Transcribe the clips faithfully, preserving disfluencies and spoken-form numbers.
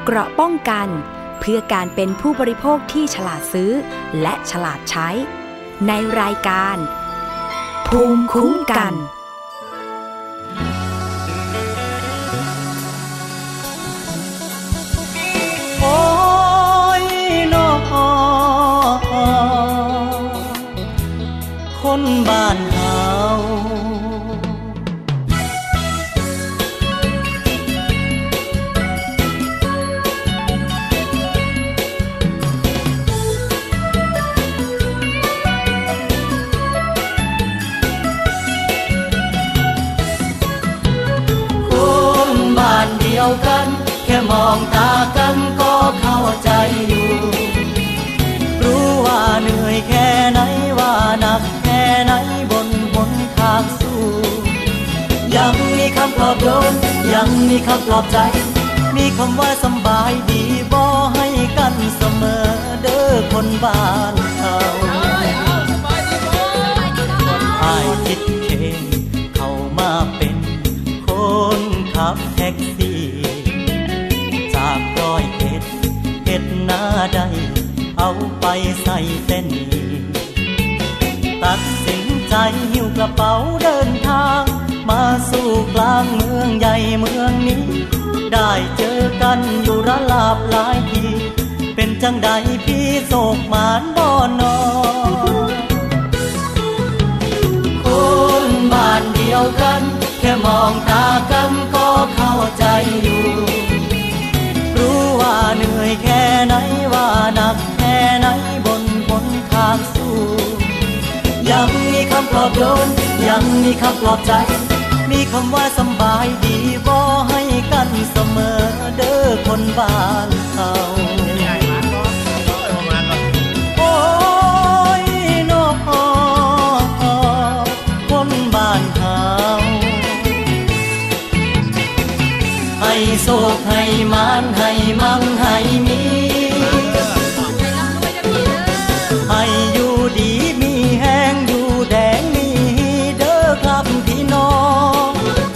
เกราะป้องกันเพื่อการเป็นผู้บริโภคที่ฉลาดซื้อและฉลาดใช้ในรายการภูมิคุ้มกันโอ้ยน้อคนบ้านเฮาเดียวกันแค่มองตากันก็เข้าใจอยู่รู้ว่าเหนื่อยแค่ไหนว่าหนักแค่ไหนบนหนทางสู้ยังมีคำปลอบโยนยังมีคำปลอบใจมีคำว่าสบายดีบ่ให้กันเสมอเด้อคนบ้านเขาอ้ายคิดเองเข้ามาเป็นคนขับแท็กซี่จากร้อยเอ็ดเอ็ดหน้าใดเอาไปใส่เส้นตัดสินใจหิ้วกระเป๋าเดินทางมาสู่กลางเมืองใหญ่เมืองนี้ได้เจอกันอยู่ระลาบหลายทีเป็นจังใดพี่โศกหมานบ่นอคนบ้านเดียวกันแค่มองตากันก็เข้าใจอยู่รู้ว่าเหนื่อยแค่ไหนว่าหนักแค่ไหนบนหนทางสู้ยังมีคำปลอบโยนยังมีคำปลอบใจมีคำว่าสบายดีบ่ให้กันเสมอเด้อคนบ้านเขาโอ้ยน้อคนบ้านเขาให้โศกให้มานให้มั่งให้มีให้อยู่ดีมีแห้งอยู่แดงมีเด้อครับพี่น้อง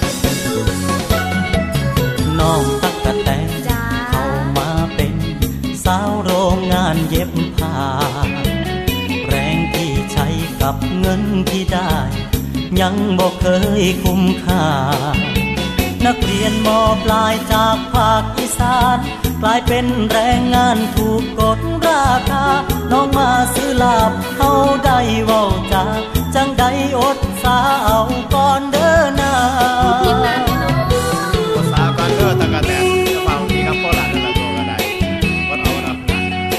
น้องตั๊กกะแตนเข้ามาเป็นสาวโรงงานเย็บผ้าแรงที่ใช้กับเงินที่ได้ยังบ่เคยคุ้มค่านักเรียนม.ปลายจากภาคอีสานกลายเป็นแรงงานถูกกดราคาน้องมาซื้อลาบเฮาได้เว้าจาจังใดอดสาเอาก่อนเด้อนาอดสาก่อนเด้อตะกะแตนจะฟังที่คำโคราชนั่นล่ะตัวก็ได้อดเอานับ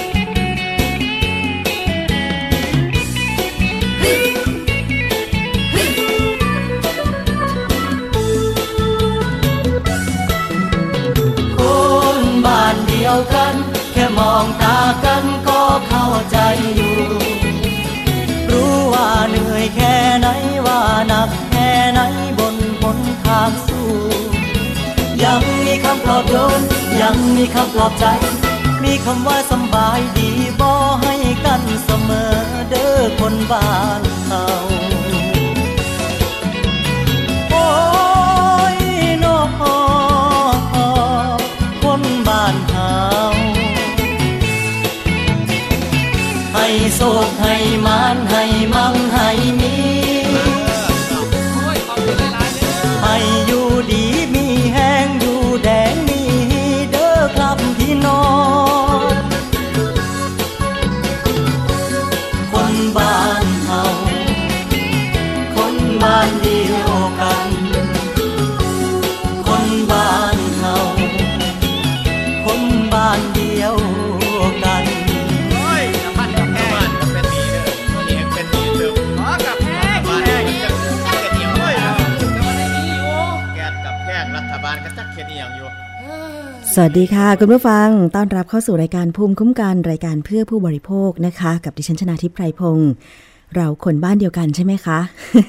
บ้านเดียวกันแค่มองตากันก็เข้าใจอยู่รู้ว่าเหนื่อยแค่ไหนว่าหนักแค่ไหนบนหนทางสู้ยังมีคำปลอบโยนยังมีคำปลอบใจมีคำว่าสบายดีบ่ให้กันเสมอเด้อคนบ้านเขาโอ้ยน้อคนบ้านเฮาให้โศกให้มานให้มั่งให้มีให้อยู่ดีมีแห้งอยู่แดงมีเด้อครับพี่น้องคนบ้านเฮาคนบ้านเดียวกันคนบ้านเฮาคนบ้านเดียวกันโอ้ยน้ำมันกับแพงกับเป็นดีเด้อตัวนี้เป็นดีเด้อขอกับแพงแพงจักจักเขียวเฮ้ยแต่ว่าได้ดีอยู่แก๊สกับแพงรัฐบาลก็จักเขียนอีหยังอยู่สวัสดีค่ะคุณผู้ฟังต้อนรับเข้าสู่รายการภูมิคุ้มกันรายการเพื่อผู้บริโภคนะคะกับดิฉันชนาทิพย์ไพรพงศ์เราคนบ้านเดียวกันใช่ไหมคะ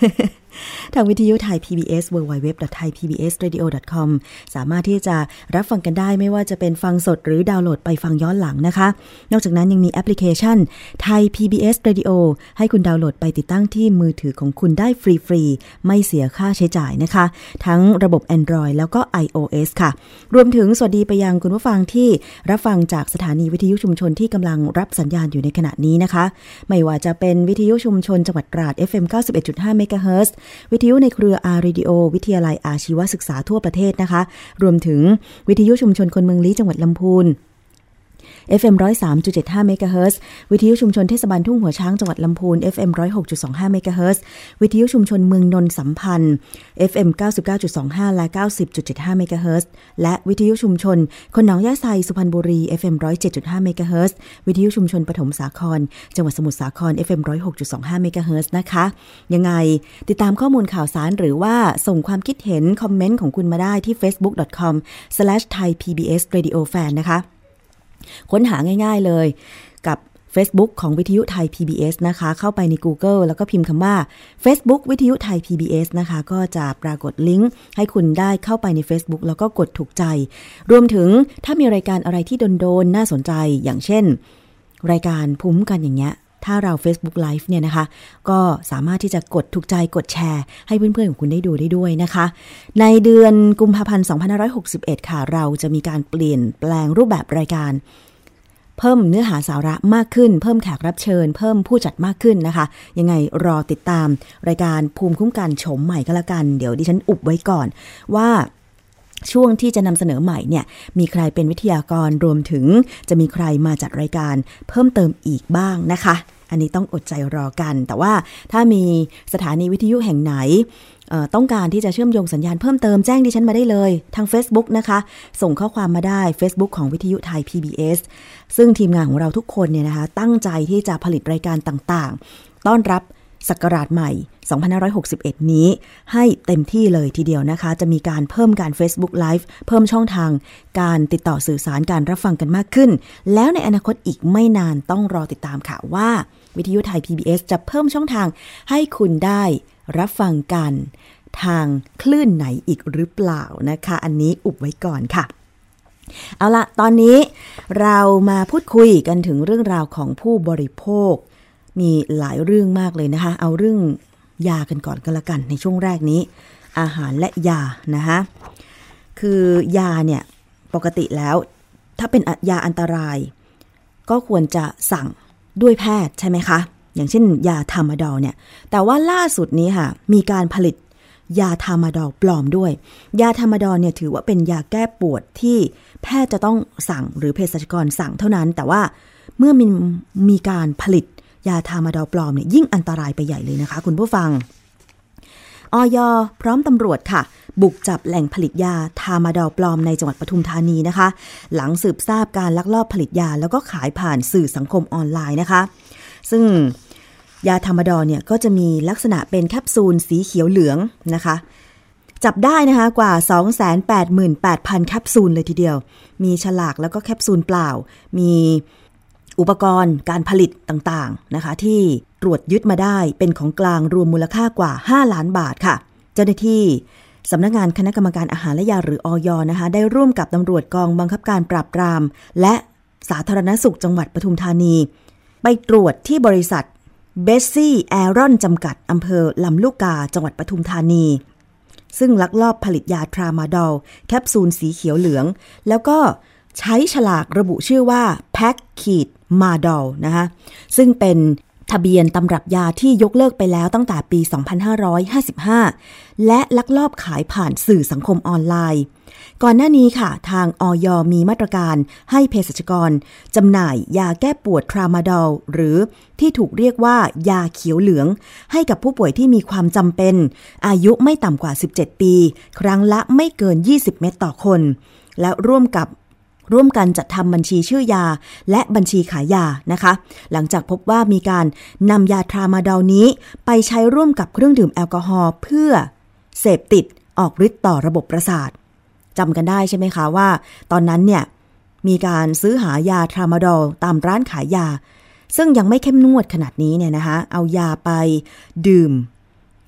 ทางวิทยุไทย พี บี เอส ดับเบิลยู ดับเบิลยู ดับเบิลยู ดอท ไทย พี บี เอส เรดิโอ ดอท คอม สามารถที่จะรับฟังกันได้ไม่ว่าจะเป็นฟังสดหรือดาวน์โหลดไปฟังย้อนหลังนะคะนอกจากนั้นยังมีแอปพลิเคชันไทย พี บี เอส Radio ให้คุณดาวน์โหลดไปติดตั้งที่มือถือของคุณได้ฟรีๆไม่เสียค่าใช้จ่ายนะคะทั้งระบบ Android แล้วก็ iOS ค่ะรวมถึงสวัสดีไปยังคุณผู้ฟังที่รับฟังจากสถานีวิทยุชุมชนที่กำลังรับสัญญาณอยู่ในขณะนี้นะคะไม่ว่าจะเป็นวิทยุชุมชนจังหวัดตราด เอฟ เอ็ม เก้าสิบเอ็ดจุดห้า เมกะเฮิรตซ์วิทยุในเครือ อาร์ Radio วิทยาลัยอาชีวศึกษาทั่วประเทศนะคะรวมถึงวิทยุชุมชนคนเมืองลี้จังหวัดลำพูนเอฟ เอ็ม หนึ่งศูนย์สามจุดเจ็ดห้า เมกะเฮิรตซ์วิทยุชุมชนเทศบาลทุ่งหัวช้างจังหวัดลำพูน เอฟ เอ็ม หนึ่งศูนย์หกจุดสองห้า เมกะเฮิรตซ์วิทยุชุมชนเมืองนนท์สัมพันธ์ เอฟ เอ็ม เก้าสิบเก้าจุดสองห้า และ เก้าสิบจุดเจ็ดห้า เมกะเฮิรตซ์และวิทยุชุมชนคนหนองย่าไซสุพรรณบุรี เอฟ เอ็ม หนึ่งศูนย์เจ็ดจุดห้า เมกะเฮิรตซ์วิทยุชุมชนปฐมสาครจังหวัดสมุทรสาคร เอฟ เอ็ม หนึ่งศูนย์หกจุดสองห้า เมกะเฮิรตซ์นะคะยังไงติดตามข้อมูลข่าวสารหรือว่าส่งความคิดเห็นคอมเมนต์ของคุณมาได้ที่ เฟซบุ๊ก ดอท คอม สแลช ไทย พี บี เอส เรดิโอ แฟน นะคะค้นหาง่ายๆเลยกับ Facebook ของวิทยุไทย พี บี เอส นะคะเข้าไปใน Google แล้วก็พิมพ์คำว่า Facebook วิทยุไทย พี บี เอส นะคะก็จะปรากฏลิงก์ให้คุณได้เข้าไปใน Facebook แล้วก็กดถูกใจรวมถึงถ้ามีรายการอะไรที่โดนๆน่าสนใจอย่างเช่นรายการภูมิคุ้มกันอย่างเงี้ยถ้าเรา Facebook Live เนี่ยนะคะก็สามารถที่จะกดถูกใจกดแชร์ให้เพื่อนๆของคุณได้ดูได้ด้วยนะคะในเดือนกุมภาพันธ์สองพันห้าร้อยหกสิบเอ็ดค่ะเราจะมีการเปลี่ยนแปลงรูปแบบรายการเพิ่มเนื้อหาสาระมากขึ้นเพิ่มแขกรับเชิญเพิ่มผู้จัดมากขึ้นนะคะยังไงรอติดตามรายการภูมิคุ้มกันโฉมใหม่ก็แล้วกันเดี๋ยวดิฉันอุบไว้ก่อนว่าช่วงที่จะนำเสนอใหม่เนี่ยมีใครเป็นวิทยากรรวมถึงจะมีใครมาจัดรายการเพิ่มเติมอีกบ้างนะคะอันนี้ต้องอดใจรอกันแต่ว่าถ้ามีสถานีวิทยุแห่งไหนต้องการที่จะเชื่อมโยงสัญญาณเพิ่มเติมแจ้งดิฉันมาได้เลยทาง Facebook นะคะส่งข้อความมาได้ Facebook ของวิทยุไทย พี บี เอส ซึ่งทีมงานของเราทุกคนเนี่ยนะคะตั้งใจที่จะผลิตรายการต่างๆต้อนรับศักราชใหม่สองพันห้าร้อยหกสิบเอ็ดนี้ให้เต็มที่เลยทีเดียวนะคะจะมีการเพิ่มการ Facebook Live เพิ่มช่องทางการติดต่อสื่อสารการรับฟังกันมากขึ้นแล้วในอนาคตอีกไม่นานต้องรอติดตามค่ะว่าวิทยุไทย พี บี เอส จะเพิ่มช่องทางให้คุณได้รับฟังกันทางคลื่นไหนอีกหรือเปล่านะคะอันนี้อุบไว้ก่อนค่ะเอาละตอนนี้เรามาพูดคุยกันถึงเรื่องราวของผู้บริโภคมีหลายเรื่องมากเลยนะคะเอาเรื่องยากันก่อนก็แล้วกันในช่วงแรกนี้อาหารและยานะคะคือยาเนี่ยปกติแล้วถ้าเป็นยาอันตรายก็ควรจะสั่งด้วยแพทย์ใช่ไหมคะอย่างเช่นยาทามาดอลเนี่ยแต่ว่าล่าสุดนี้ค่ะมีการผลิตยาทามาดอลปลอมด้วยยาทามาดอลเนี่ยถือว่าเป็นยาแก้ปวดที่แพทย์จะต้องสั่งหรือเภสัชกรสั่งเท่านั้นแต่ว่าเมื่อมีมีการผลิตยาทามาดอลปลอมเนี่ยยิ่งอันตรายไปใหญ่เลยนะคะคุณผู้ฟังอย.พร้อมตำรวจค่ะบุกจับแหล่งผลิตยาทามาดอลปลอมในจังหวัดปทุมธานีนะคะหลังสืบทราบการลักลอบผลิตยาแล้วก็ขายผ่านสื่อสังคมออนไลน์นะคะซึ่งยาทามาดอลเนี่ยก็จะมีลักษณะเป็นแคปซูลสีเขียวเหลืองนะคะจับได้นะคะกว่า สองแสนแปดหมื่นแปดพัน แคปซูลเลยทีเดียวมีฉลากแล้วก็แคปซูลเปล่ามีอุปกรณ์การผลิตต่างๆนะคะที่ตรวจยึดมาได้เป็นของกลางรวมมูลค่ากว่าห้าล้านบาทค่ะเจ้าหน้าที่สำนักงานคณะกรรมการอาหารและยาหรืออย.นะคะได้ร่วมกับตำรวจกองบังคับการปราบปรามและสาธารณสุขจังหวัดปทุมธานีไปตรวจที่บริษัทเบสซี่แอรอนจำกัดอำเภอลำลูกกาจังหวัดปทุมธานีซึ่งลักลอบผลิตยาทรามาดอลแคปซูลสีเขียวเหลืองแล้วก็ใช้ฉลากระบุชื่อว่าแพ็คขีดมาดอลนะคะซึ่งเป็นทะเบียนตำรับยาที่ยกเลิกไปแล้วตั้งแต่ปีสองพันห้าร้อยห้าสิบห้าและลักลอบขายผ่านสื่อสังคมออนไลน์ก่อนหน้านี้ค่ะทางอย.มีมาตรการให้เภสัชกรจำหน่ายยาแก้ปวดทรามาดอลหรือที่ถูกเรียกว่ายาเขียวเหลืองให้กับผู้ป่วยที่มีความจำเป็นอายุไม่ต่ำกว่าสิบเจ็ดปีครั้งละไม่เกินยี่สิบเม็ดต่อคนและร่วมกับร่วมกันจัดทำบัญชีชื่อยาและบัญชีขายยานะคะหลังจากพบว่ามีการนำยาทรามาดอลนี้ไปใช้ร่วมกับเครื่องดื่มแอลกอฮอล์เพื่อเสพติดออกฤทธิ์ต่อระบบประสาทจำกันได้ใช่ไหมคะว่าตอนนั้นเนี่ยมีการซื้อหายาทรามาดอลตามร้านขายยาซึ่งยังไม่เข้มงวดขนาดนี้เนี่ยนะคะเอายาไปดื่มกับ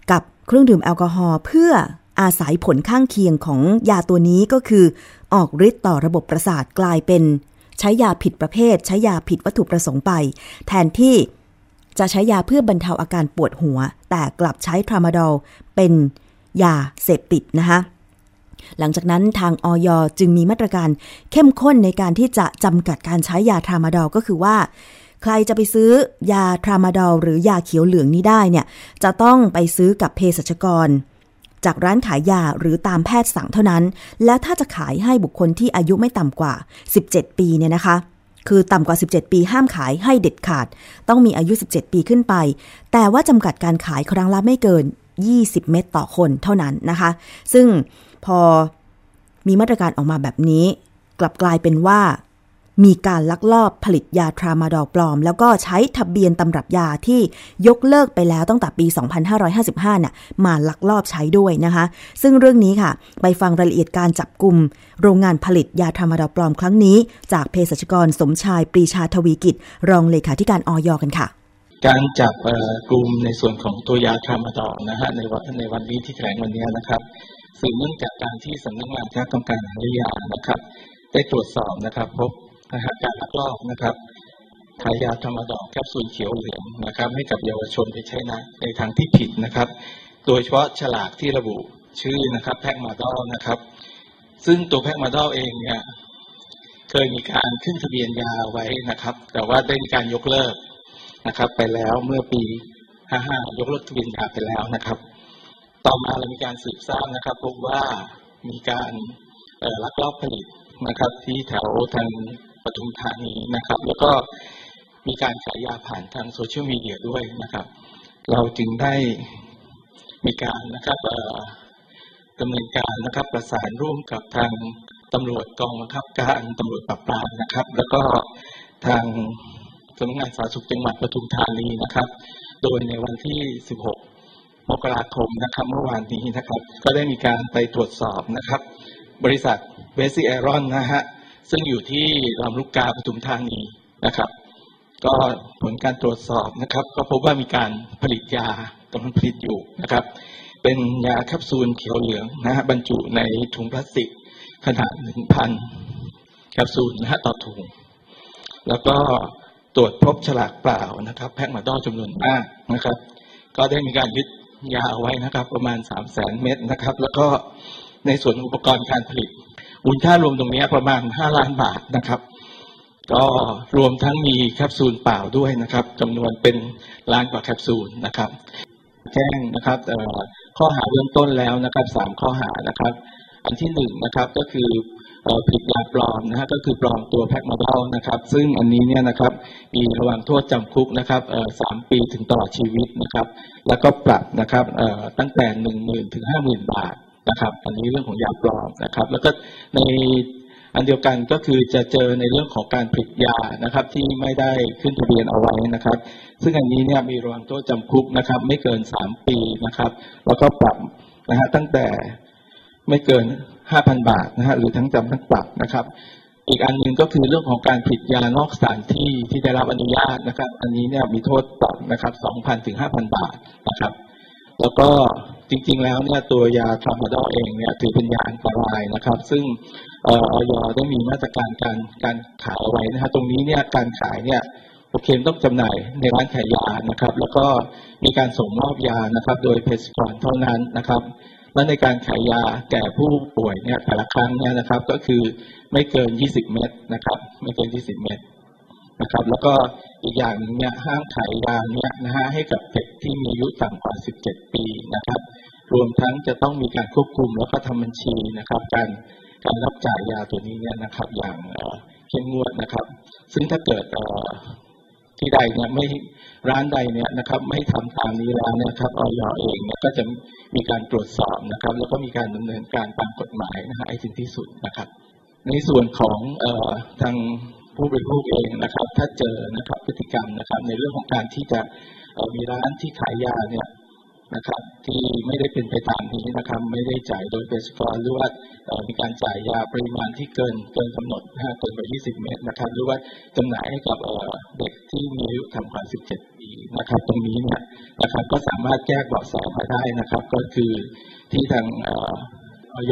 เครื่องดื่มแอลกอฮอล์เพื่ออาศัยผลข้างเคียงของยาตัวนี้ก็คือออกฤทธิ์ต่อระบบประสาทกลายเป็นใช้ยาผิดประเภทใช้ยาผิดวัตถุประสงค์ไปแทนที่จะใช้ยาเพื่อบรรเทาอาการปวดหัวแต่กลับใช้ทรามาดอลเป็นยาเสพติดนะคะหลังจากนั้นทางอย.จึงมีมาตรการเข้มข้นในการที่จะจำกัดการใช้ยาทรามาดอลก็คือว่าใครจะไปซื้อยาทรามาดอลหรือยาเขียวเหลืองนี้ได้เนี่ยจะต้องไปซื้อกับเภสัชกรจากร้านขายยาหรือตามแพทย์สั่งเท่านั้นและถ้าจะขายให้บุคคลที่อายุไม่ต่ำกว่าสิบเจ็ดปีเนี่ยนะคะคือต่ำกว่าสิบเจ็ดปีห้ามขายให้เด็ดขาดต้องมีอายุสิบเจ็ดปีขึ้นไปแต่ว่าจำกัดการขายครั้งละไม่เกินยี่สิบเม็ดต่อคนเท่านั้นนะคะซึ่งพอมีมาตรการออกมาแบบนี้กลับกลายเป็นว่ามีการลักลอบผลิตยาทรามาดอลปลอมแล้วก็ใช้ทะเบียนตำรับยาที่ยกเลิกไปแล้วตั้งแต่ปีสองพันห้าร้อยห้าสิบห้าน่ะมาลักลอบใช้ด้วยนะคะซึ่งเรื่องนี้ค่ะไปฟังรายละเอียดการจับกุมโรงงานผลิตยาทรามาดอลปลอมครั้งนี้จากเภสัชกรสมชายปรีชาทวีกิจรองเลขาธิการอย.กันค่ะการจับกลุ่มในส่วนของตัวยาทรามาดอลนะฮะในวันในวันนี้ที่แถลงวันนี้นะครับสืบเนื่องจากการที่สำนักงานคณะกรรมการอาหารและยานะครับได้ตรวจสอบนะครับพบนะฮะการลักลอบนะครับขายยาทรามาดอลแคปซูลเขียวเหลืองนะครับให้กับเยาวชนไปใช้ในในทางที่ผิดนะครับโดยเฉพาะฉลากที่ระบุชื่อนะครับแพ็กมาดอลนะครับซึ่งตัวแพ็กมาดอลเองเนี่ยเคยมีการขึ้นทะเบียนยาไว้นะครับแต่ว่าได้มีการยกเลิกนะครับไปแล้วเมื่อปีห้าสิบห้ายกเลิกทะเบียนยาไปแล้วนะครับต่อมาเรามีการสืบทราบนะครับพบว่ามีการลักลอบผลิตนะครับที่แถวทางปทุมธานีนะครับแล้วก็มีการขายยาผ่านทางโซเชียลมีเดียด้วยนะครับเราจึงได้มีการนะครับดำเนินการนะครับประสานร่วมกับทางตำรวจกองบังคับการตำรวจปราบปรามนะครับแล้วก็ทางสำนักงานสาธารณสุขจังหวัดปทุมธานีนะครับโดยในวันที่สิบหกมกราคมนะครับเมื่อวานนี้นะครับก็ได้มีการไปตรวจสอบนะครับบริษัทเวสซี่ไอรอนนะฮะซึ่งอยู่ที่ลำลูกกาปทุมธานีนะครับก็ผลการตรวจสอบนะครับก็พบว่ามีการผลิตยากำลังผลิตอยู่นะครับเป็นยาแคปซูลเขียวเหลืองนะฮะบรรจุในถุงพลาสติกขนาด หนึ่งพัน แคปซูลนะฮะต่อถุงแล้วก็ตรวจพบฉลากเปล่านะครับแพ็กมาดอลจำนวนมากนะครับก็ได้มีการยึดยาไว้นะครับประมาณ สามแสน เม็ดนะครับแล้วก็ในส่วนอุปกรณ์การผลิตมูลค่ารวมตรงนี้ประมาณห้าล้านบาทนะครับก็รวมทั้งมีแคปซูลเปล่าด้วยนะครับจำนวนเป็นล้านกว่าแคปซูลนะครับแจ้งนะครับข้อหาเบื้องต้นแล้วนะครับสามข้อหานะครับอันที่หนึ่งนะครับก็คือผลิตยาปลอมนะฮะก็คือปลอมตัวแพ็กมาดอลนะครับซึ่งอันนี้เนี่ยนะครับมีระหว่างโทษจำคุกนะครับสามปีถึงตลอดชีวิตนะครับแล้วก็ปรับนะครับตั้งแต่ หนึ่งหมื่น ถึง ห้าหมื่น บาทนะครับอันนี้เรื่องของยาปลอมนะครับแล้วก็ในอันเดียวกันก็คือจะเจอในเรื่องของการผลิตยานะครับที่ไม่ได้ขึ้นทะเบียนเอาไว้นะครับซึ่งอันนี้เนี่ยมีระหว่างโทษจำคุกนะครับไม่เกินสามปีนะครับแล้วก็ปรับนะฮะตั้งแต่ไม่เกิน ห้าพัน บาทนะฮะหรือทั้งจำทั้งปรับนะครับอีกอันนึงก็คือเรื่องของการผลิตยานอกสถานที่ที่ได้รับอนุญาตนะครับอันนี้เนี่ยมีโทษปรับนะครับ สองพัน ถึง ห้าพัน บาทนะครับแล้วก็จริงๆแล้วเนี่ยตัวยาทรามาดอลเองเนี่ยถือเป็นยาอันตรายนะครับซึ่งอย.ได้มีมาตรการการการขายไว้นะฮะตรงนี้เนี่ยการขายเนี่ยโอเคต้องจำหน่ายในร้านขายยานะครับแล้วก็มีการส่งมอบยานะครับโดยเภสัชกรเท่านั้นนะครับและในการขายยาแก่ผู้ป่วยเนี่ยแต่ละครั้งเนี่ยนะครับก็คือไม่เกินยี่สิบเม็ดนะครับไม่เกินยี่สิบเม็ดนะครับแล้วก็อีกอย่างนึงเนี่ยห้ามขายยาเนี่ยนะฮะให้กับเด็กที่มีอายุต่ำกว่าสิบเจ็ดปีนะครับรวมทั้งจะต้องมีการควบคุมแล้วก็ทำบัญชีนะครับการการรับจ่ายยาตัวนี้เนี่ยนะครับอย่างเข้มงวดนะครับซึ่งถ้าเกิดที่ใดเนี่ยไม่ร้านใดเนี่ยนะครับไม่ทำตามนี้แล้วนะครับอย.เองเนี่ยก็จะมีการตรวจสอบนะครับแล้วก็มีการดำเนินการตามกฎหมายนะฮะให้ถึงที่สุดนะครับในส่วนของเอ่อทางผู้บริโภคเองนะครับถ้าเจอนะครับพฤติกรรมนะครับในเรื่องของการที่จะเอ่อมีร้านที่ขายยาเนี่ยนะครับที่ไม่ได้เป็นไปตามนี้นะครับไม่ได้จ่ายโดยเภสัชกรหรือว่ามีการจ่ายยาปริมาณที่เกินเกินกำหนดนะเกินกว่ายี่สิบเม็ดนะครับหรือว่าจำหน่ายให้กับเด็กที่มีอายุต่ำกว่าสิบเจ็ดปีนะครับตรงนี้เนี่ยนะครับก็สามารถแจ้งเบาะแสมาได้นะครับก็คือที่ทางอย.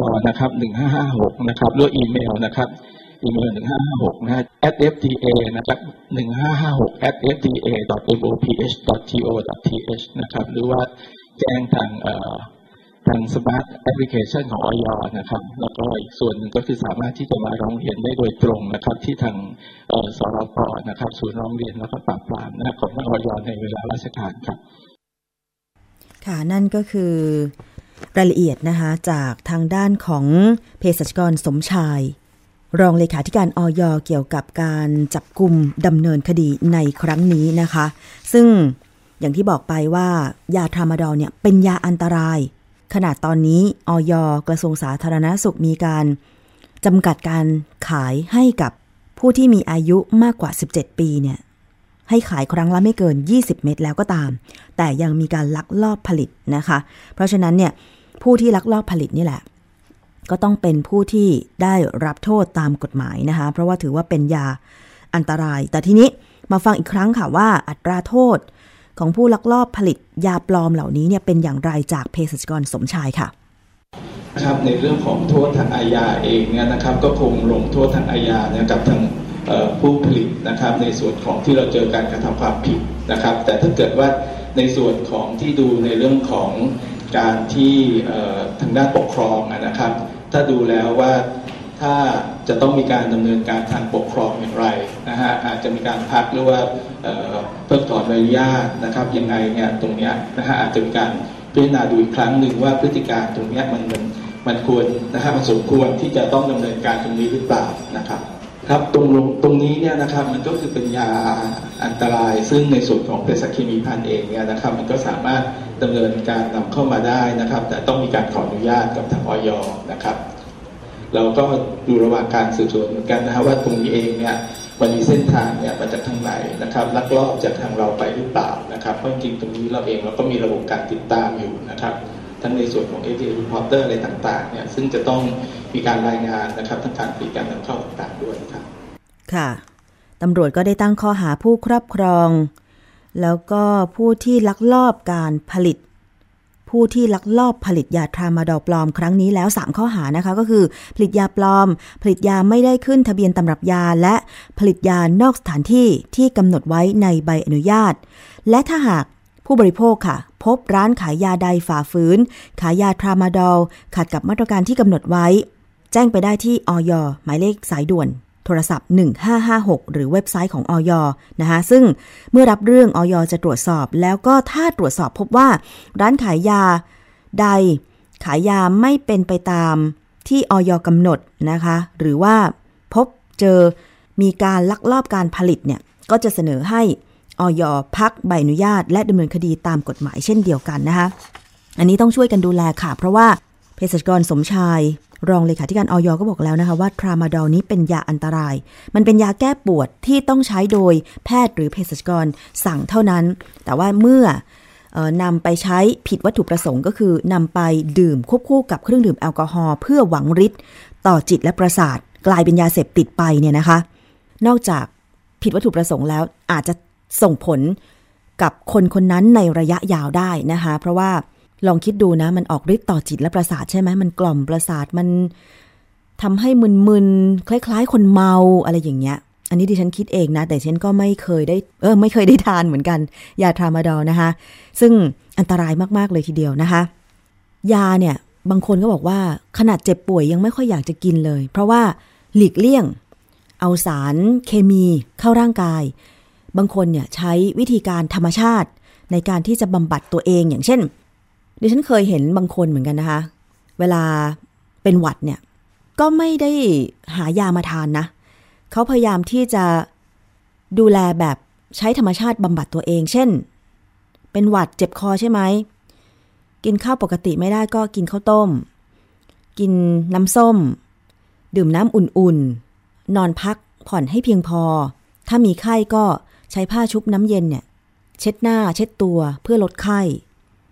นะครับหนึ่งห้าห้าหกนะครับหรืออีเมลนะครับอีเมลหนึ่งห้าห้าหกนะฮะ แอท เอฟ ดี เอ นะครับหนึ่งห้าห้าหก แอท เอฟ ดี เอ ดอท เอ็ม โอ พี เอช ดอท ที โอ ดอท ที เอช นะครับหรือว่าแจ้งทางเอ่อทาง Smart Application ของ อย.นะครับแล้วก็อีกส่วนหนึ่งก็คือสามารถที่จะมาร้องเรียนได้โดยตรงนะครับที่ทางเอ่อสรป.นะครับศูนย์ร้องเรียนแล้วก็ปราบปรามนะครับของทาง อย.ในเวลาราชการครับค่ะนั่นก็คือรายละเอียดนะคะจากทางด้านของเภสัชกรสมชายรองเลขาธิการอย.เกี่ยวกับการจับกุมดำเนินคดีในครั้งนี้นะคะซึ่งอย่างที่บอกไปว่ายาทรามาดอลเนี่ยเป็นยาอันตรายขนาดตอนนี้อย.กระทรวงสาธารณสุขมีการจำกัดการขายให้กับผู้ที่มีอายุมากกว่าสิบเจ็ดปีเนี่ยให้ขายครั้งละไม่เกินยี่สิบเม็ดแล้วก็ตามแต่ยังมีการลักลอบผลิตนะคะเพราะฉะนั้นเนี่ยผู้ที่ลักลอบผลิตนี่แหละก็ต้องเป็นผู้ที่ได้รับโทษตามกฎหมายนะคะเพราะว่าถือว่าเป็นยาอันตรายแต่ทีนี้มาฟังอีกครั้งค่ะว่าอัตราโทษของผู้ลักลอบผลิตยาปลอมเหล่านี้เนี่ยเป็นอย่างไรจากเภสัชกรสมชายค่ะนะครับในเรื่องของโทษทางอาญาเองเนี่ยนะครับก็คงลงโทษทางอาญาเนี่ยกับทางผู้ผลิตนะครับในส่วนของที่เราเจอการกระทำความผิดนะครับแต่ถ้าเกิดว่าในส่วนของที่ดูในเรื่องของการที่ทางด้านปกครองนะครับถ้าดูแล้วว่าถ้าจะต้องมีการดำเนินการทางปกครองอย่างไรนะฮะอาจจะมีการพักหรือว่าเพิกถอนใบอนุญาตนะครับยังไงเนี่ยตรงเนี้ยนะฮะอาจจะมีการพิจารณาดูอีกครั้งหนึ่งว่าพฤติการตรงเนี้ยมันมันมันควรนะฮะมันสมควรที่จะต้องดำเนินการตรงนี้หรือเปล่านะครับครับตรงตรงนี้เนี่ยนะครับมันก็คือเป็นยาอันตรายซึ่งในส่วนของเภสัชเคมีภัณฑ์เองเนี่ยนะครับมันก็สามารถดำเนินการนำเข้ามาได้นะครับแต่ต้องมีการขออนุญาตกับทางอย.นะครับเราก็อยู่ระหว่างการสืบสวนเหมือนกันนะฮะว่าตรงนี้เองเนี่ยมันมีเส้นทางเนี่ยมาจากทางไหนนะครับลักลอบจากทางเราไปหรือเปล่านะครับเพราะจริงๆตรงนี้เราเองเราก็มีระบบการติดตามอยู่นะครับทั้งในส่วนของ เอ ที เอ Reporter อะไรต่างๆเนี่ยซึ่งจะต้องมีการรายงานนะครับทั้งการผลิตการนำเข้าต่างๆด้วยครับค่ะตำรวจก็ได้ตั้งข้อหาผู้ครอบครองแล้วก็ผู้ที่ลักลอบการผลิตผู้ที่ลักลอบผลิตยาทรามาดอลปลอมครั้งนี้แล้วสามข้อหานะคะก็คือผลิตยาปลอมผลิตยาไม่ได้ขึ้นทะเบียนตำรับยาและผลิตยานอกสถานที่ที่กำหนดไว้ในใบอนุญาตและถ้าหากผู้บริโภคค่ะพบร้านขายยาใดฝ่าฝืนขายยาทรามาดอลขัดกับมาตรการที่กำหนดไว้แจ้งไปได้ที่อย.หมายเลขสายด่วนโทรศัพท์หนึ่งห้าห้าหกหรือเว็บไซต์ของอย.นะคะซึ่งเมื่อรับเรื่องอย.จะตรวจสอบแล้วก็ถ้าตรวจสอบพบว่าร้านขายยาใดขายยาไม่เป็นไปตามที่อย.กำหนดนะคะหรือว่าพบเจอมีการลักลอบการผลิตเนี่ยก็จะเสนอให้อย.พักใบอนุญาตและดำเนินคดีตามกฎหมายเช่นเดียวกันนะคะอันนี้ต้องช่วยกันดูแลค่ะเพราะว่าเภสัชกรสมชายรองเลขาธิการอย.ก็บอกแล้วนะคะว่าทรามาดอลนี้เป็นยาอันตรายมันเป็นยาแก้ปวดที่ต้องใช้โดยแพทย์หรือเภสัชกรสั่งเท่านั้นแต่ว่าเมื่อเอ่อนำไปใช้ผิดวัตถุประสงค์ก็คือนำไปดื่มควบคู่กับเครื่องดื่มแอลกอฮอล์เพื่อหวังฤทธิ์ต่อจิตและประสาทกลายเป็นยาเสพติดไปเนี่ยนะคะนอกจากผิดวัตถุประสงค์แล้วอาจจะส่งผลกับคนคนนั้นในระยะยาวได้นะคะเพราะว่าลองคิดดูนะมันออกฤทธิ์ต่อจิตและประสาทใช่ไหมมันกล่อมประสาทมันทำให้มึนๆคล้ายๆคนเมาอะไรอย่างเงี้ยอันนี้ดิฉันคิดเองนะแต่ฉันก็ไม่เคยได้เออไม่เคยได้ทานเหมือนกันยาทรามาดอลนะคะซึ่งอันตรายมากๆเลยทีเดียวนะคะยาเนี่ยบางคนก็บอกว่าขนาดเจ็บป่วยยังไม่ค่อยอยากจะกินเลยเพราะว่าหลีกเลี่ยงเอาสารเคมีเข้าร่างกายบางคนเนี่ยใช้วิธีการธรรมชาติในการที่จะบำบัดตัวเองอย่างเช่นดิฉันเคยเห็นบางคนเหมือนกันนะคะเวลาเป็นหวัดเนี่ยก็ไม่ได้หายามาทานนะเขาพยายามที่จะดูแลแบบใช้ธรรมชาติบำบัดตัวเองเช่นเป็นหวัดเจ็บคอใช่ไหมกินข้าวปกติไม่ได้ก็กินข้าวต้มกินน้ำส้มดื่มน้ำอุ่นๆนอนพักผ่อนให้เพียงพอถ้ามีไข้ก็ใช้ผ้าชุบน้ำเย็นเนี่ยเช็ดหน้าเช็ดตัวเพื่อลดไข้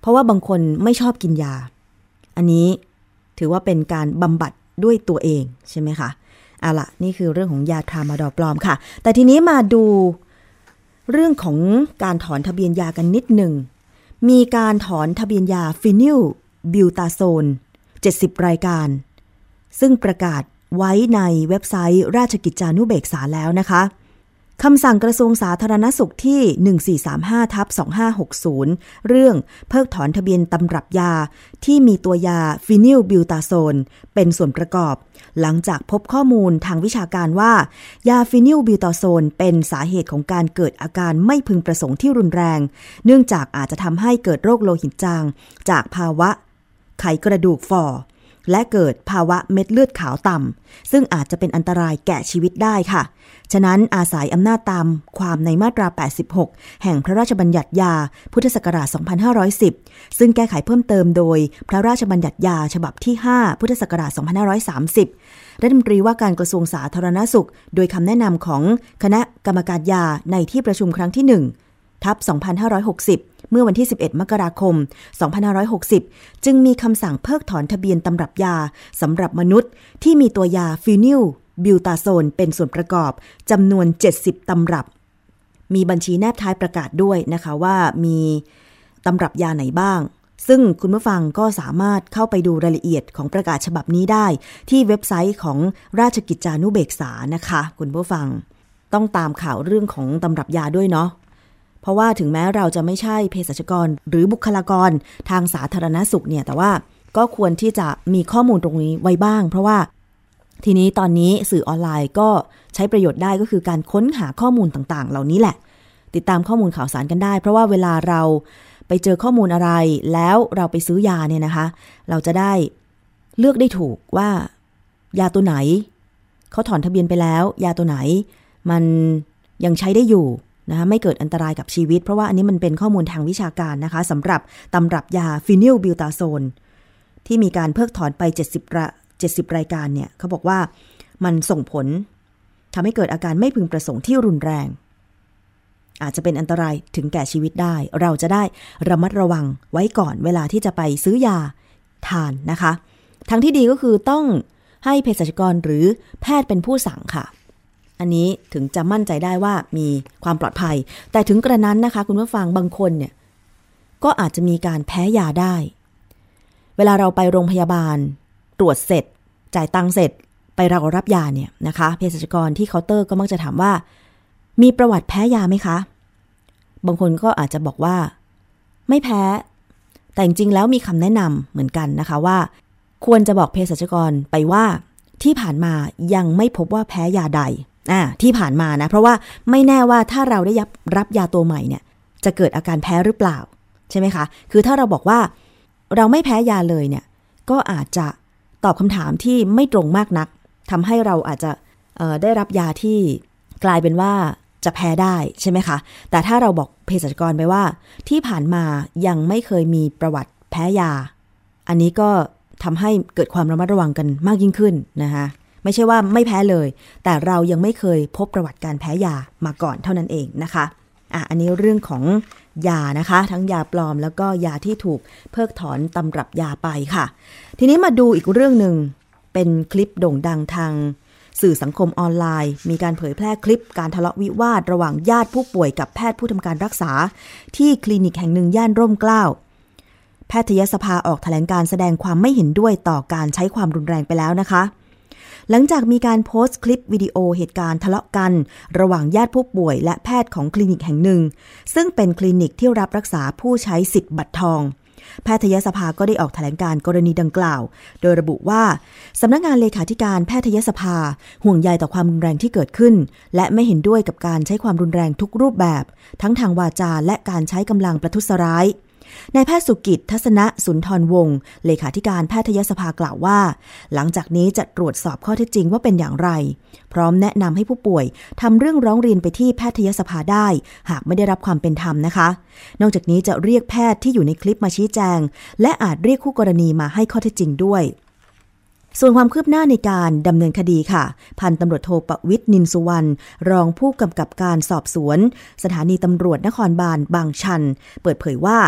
เพราะว่าบางคนไม่ชอบกินยาอันนี้ถือว่าเป็นการบำบัดด้วยตัวเองใช่ไหมคะเอาล่ะนี่คือเรื่องของยาทรามาดอลปลอมค่ะแต่ทีนี้มาดูเรื่องของการถอนทะเบียนยากันนิดหนึ่งมีการถอนทะเบียนยาฟีนิลบิวตาโซนเจ็ดสิบรายการซึ่งประกาศไว้ในเว็บไซต์ราชกิจจานุเบกษาแล้วนะคะคำสั่งกระทรวงสาธารณสุขที่ หนึ่งสี่สามห้า ทับ สองห้าหกศูนย์ เรื่องเพิกถอนทะเบียนตำรับยาที่มีตัวยาฟีนิลบิวตาโซนเป็นส่วนประกอบหลังจากพบข้อมูลทางวิชาการว่ายาฟีนิลบิวตาโซนเป็นสาเหตุของการเกิดอาการไม่พึงประสงค์ที่รุนแรงเนื่องจากอาจจะทำให้เกิดโรคโลหิตจางจากภาวะไขกระดูกฝ่อและเกิดภาวะเม็ดเลือดขาวต่ำซึ่งอาจจะเป็นอันตรายแก่ชีวิตได้ค่ะฉะนั้นอาศัยอำนาจตามความในมาตราแปดสิบหกแห่งพระราชบัญญัติยาพุทธศักราชสองพันห้าร้อยสิบซึ่งแก้ไขเพิ่มเติมโดยพระราชบัญญัติยาฉบับที่ห้าพุทธศักราชสองพันห้าร้อยสามสิบรัฐมนตรีว่าการกระทรวงสาธารณสุขโดยคำแนะนำของคณะกรรมการยาในที่ประชุมครั้งที่หนึ่งทับสองพันห้าร้อยหกสิบเมื่อวันที่สิบเอ็ดมกราคมสองพันห้าร้อยหกสิบจึงมีคำสั่งเพิกถอนทะเบียนตำรับยาสำหรับมนุษย์ที่มีตัวยาฟีนิลบิวตาโซนเป็นส่วนประกอบจำนวนเจ็ดสิบตำรับมีบัญชีแนบท้ายประกาศด้วยนะคะว่ามีตำรับยาไหนบ้างซึ่งคุณผู้ฟังก็สามารถเข้าไปดูรายละเอียดของประกาศฉบับนี้ได้ที่เว็บไซต์ของราชกิจจานุเบกษานะคะคุณผู้ฟังต้องตามข่าวเรื่องของตำรับยาด้วยเนาะเพราะว่าถึงแม้เราจะไม่ใช่เภสัชกรหรือบุคลากรทางสาธารณสุขเนี่ยแต่ว่าก็ควรที่จะมีข้อมูลตรงนี้ไว้บ้างเพราะว่าทีนี้ตอนนี้สื่อออนไลน์ก็ใช้ประโยชน์ได้ก็คือการค้นหาข้อมูลต่างๆเหล่านี้แหละติดตามข้อมูลข่าวสารกันได้เพราะว่าเวลาเราไปเจอข้อมูลอะไรแล้วเราไปซื้อยาเนี่ยนะคะเราจะได้เลือกได้ถูกว่ายาตัวไหนเขาถอนทะเบียนไปแล้วยาตัวไหนมันยังใช้ได้อยู่นะคะไม่เกิดอันตรายกับชีวิตเพราะว่าอันนี้มันเป็นข้อมูลทางวิชาการนะคะสำหรับตำรับยาฟีนิลบิวตาโซนที่มีการเพิกถอนไปเจ็ดสิบระเจ็ดสิบรายการเนี่ยเขาบอกว่ามันส่งผลทำให้เกิดอาการไม่พึงประสงค์ที่รุนแรงอาจจะเป็นอันตรายถึงแก่ชีวิตได้เราจะได้ระมัดระวังไว้ก่อนเวลาที่จะไปซื้อยาทานนะคะทางที่ดีก็คือต้องให้เภสัชกรหรือแพทย์เป็นผู้สั่งค่ะอันนี้ถึงจะมั่นใจได้ว่ามีความปลอดภัยแต่ถึงกระนั้นนะคะคุณผู้ฟังบางคนเนี่ยก็อาจจะมีการแพ้ยาได้เวลาเราไปโรงพยาบาลตรวจเสร็จจ่ายตังค์เสร็จไปเรารับยาเนี่ยนะคะเภสัชกรที่เคาน์เตอร์ก็มักจะถามว่ามีประวัติแพ้ยาไหมคะบางคนก็อาจจะบอกว่าไม่แพ้แต่จริงๆแล้วมีคำแนะนำเหมือนกันนะคะว่าควรจะบอกเภสัชกรไปว่าที่ผ่านมายังไม่พบว่าแพ้ยาใดอ่าที่ผ่านมานะเพราะว่าไม่แน่ว่าถ้าเราได้รับรับยาตัวใหม่เนี่ยจะเกิดอาการแพ้หรือเปล่าใช่ไหมคะคือถ้าเราบอกว่าเราไม่แพ้ยาเลยเนี่ยก็อาจจะตอบคำถามที่ไม่ตรงมากนักทำให้เราอาจจะเอ่อได้รับยาที่กลายเป็นว่าจะแพ้ได้ใช่ไหมคะแต่ถ้าเราบอกเภสัชกรไปว่าที่ผ่านมายังไม่เคยมีประวัติแพ้ยาอันนี้ก็ทำให้เกิดความระมัดระวังกันมากยิ่งขึ้นนะคะไม่ใช่ว่าไม่แพ้เลยแต่เรายังไม่เคยพบประวัติการแพ้ยามาก่อนเท่านั้นเองนะคะอ่ะอันนี้เรื่องของยานะคะทั้งยาปลอมแล้วก็ยาที่ถูกเพิกถอนตำรับยาไปค่ะทีนี้มาดูอีกเรื่องนึงเป็นคลิปโด่งดังทางสื่อสังคมออนไลน์มีการเผยแพร่คลิปการทะเลาะวิวาทระหว่างญาติผู้ป่วยกับแพทย์ผู้ทำการรักษาที่คลินิกแห่งหนึ่งย่านร่มเกล้าแพทยสภาออกแถลงการแสดงความไม่เห็นด้วยต่อการใช้ความรุนแรงไปแล้วนะคะหลังจากมีการโพสต์คลิปวิดีโอเหตุการณ์ทะเลาะกันระหว่างญาติผู้ป่วยและแพทย์ของคลินิกแห่งหนึ่งซึ่งเป็นคลินิกที่รับรักษาผู้ใช้สิทธิ์บัตรทองแพทยสภาก็ได้ออกแถลงการกรณีดังกล่าวโดยระบุว่าสำนักงานเลขาธิการแพทยสภาห่วงใยต่อความรุนแรงที่เกิดขึ้นและไม่เห็นด้วยกับการใช้ความรุนแรงทุกรูปแบบทั้งทางวาจาและการใช้กำลังประทุษร้ายนายแพทย์สุกิจทัศนะสุนทรวงศ์เลขาธิการแพทยสภากล่าวว่าหลังจากนี้จะตรวจสอบข้อเท็จจริงว่าเป็นอย่างไรพร้อมแนะนำให้ผู้ป่วยทำเรื่องร้องเรียนไปที่แพทยสภาได้หากไม่ได้รับความเป็นธรรมนะคะนอกจากนี้จะเรียกแพทย์ที่อยู่ในคลิปมาชี้แจงและอาจเรียกคู่กรณีมาให้ข้อเท็จจริงด้วยส่วนความคืบหน้าในการดำเนินคดีค่ะพันตำรวจโทประวิตรนินสุวรรณรองผู้กำกับการสอบสวนสถานีตำรวจนครบาลบางชันเปิดเผยว่า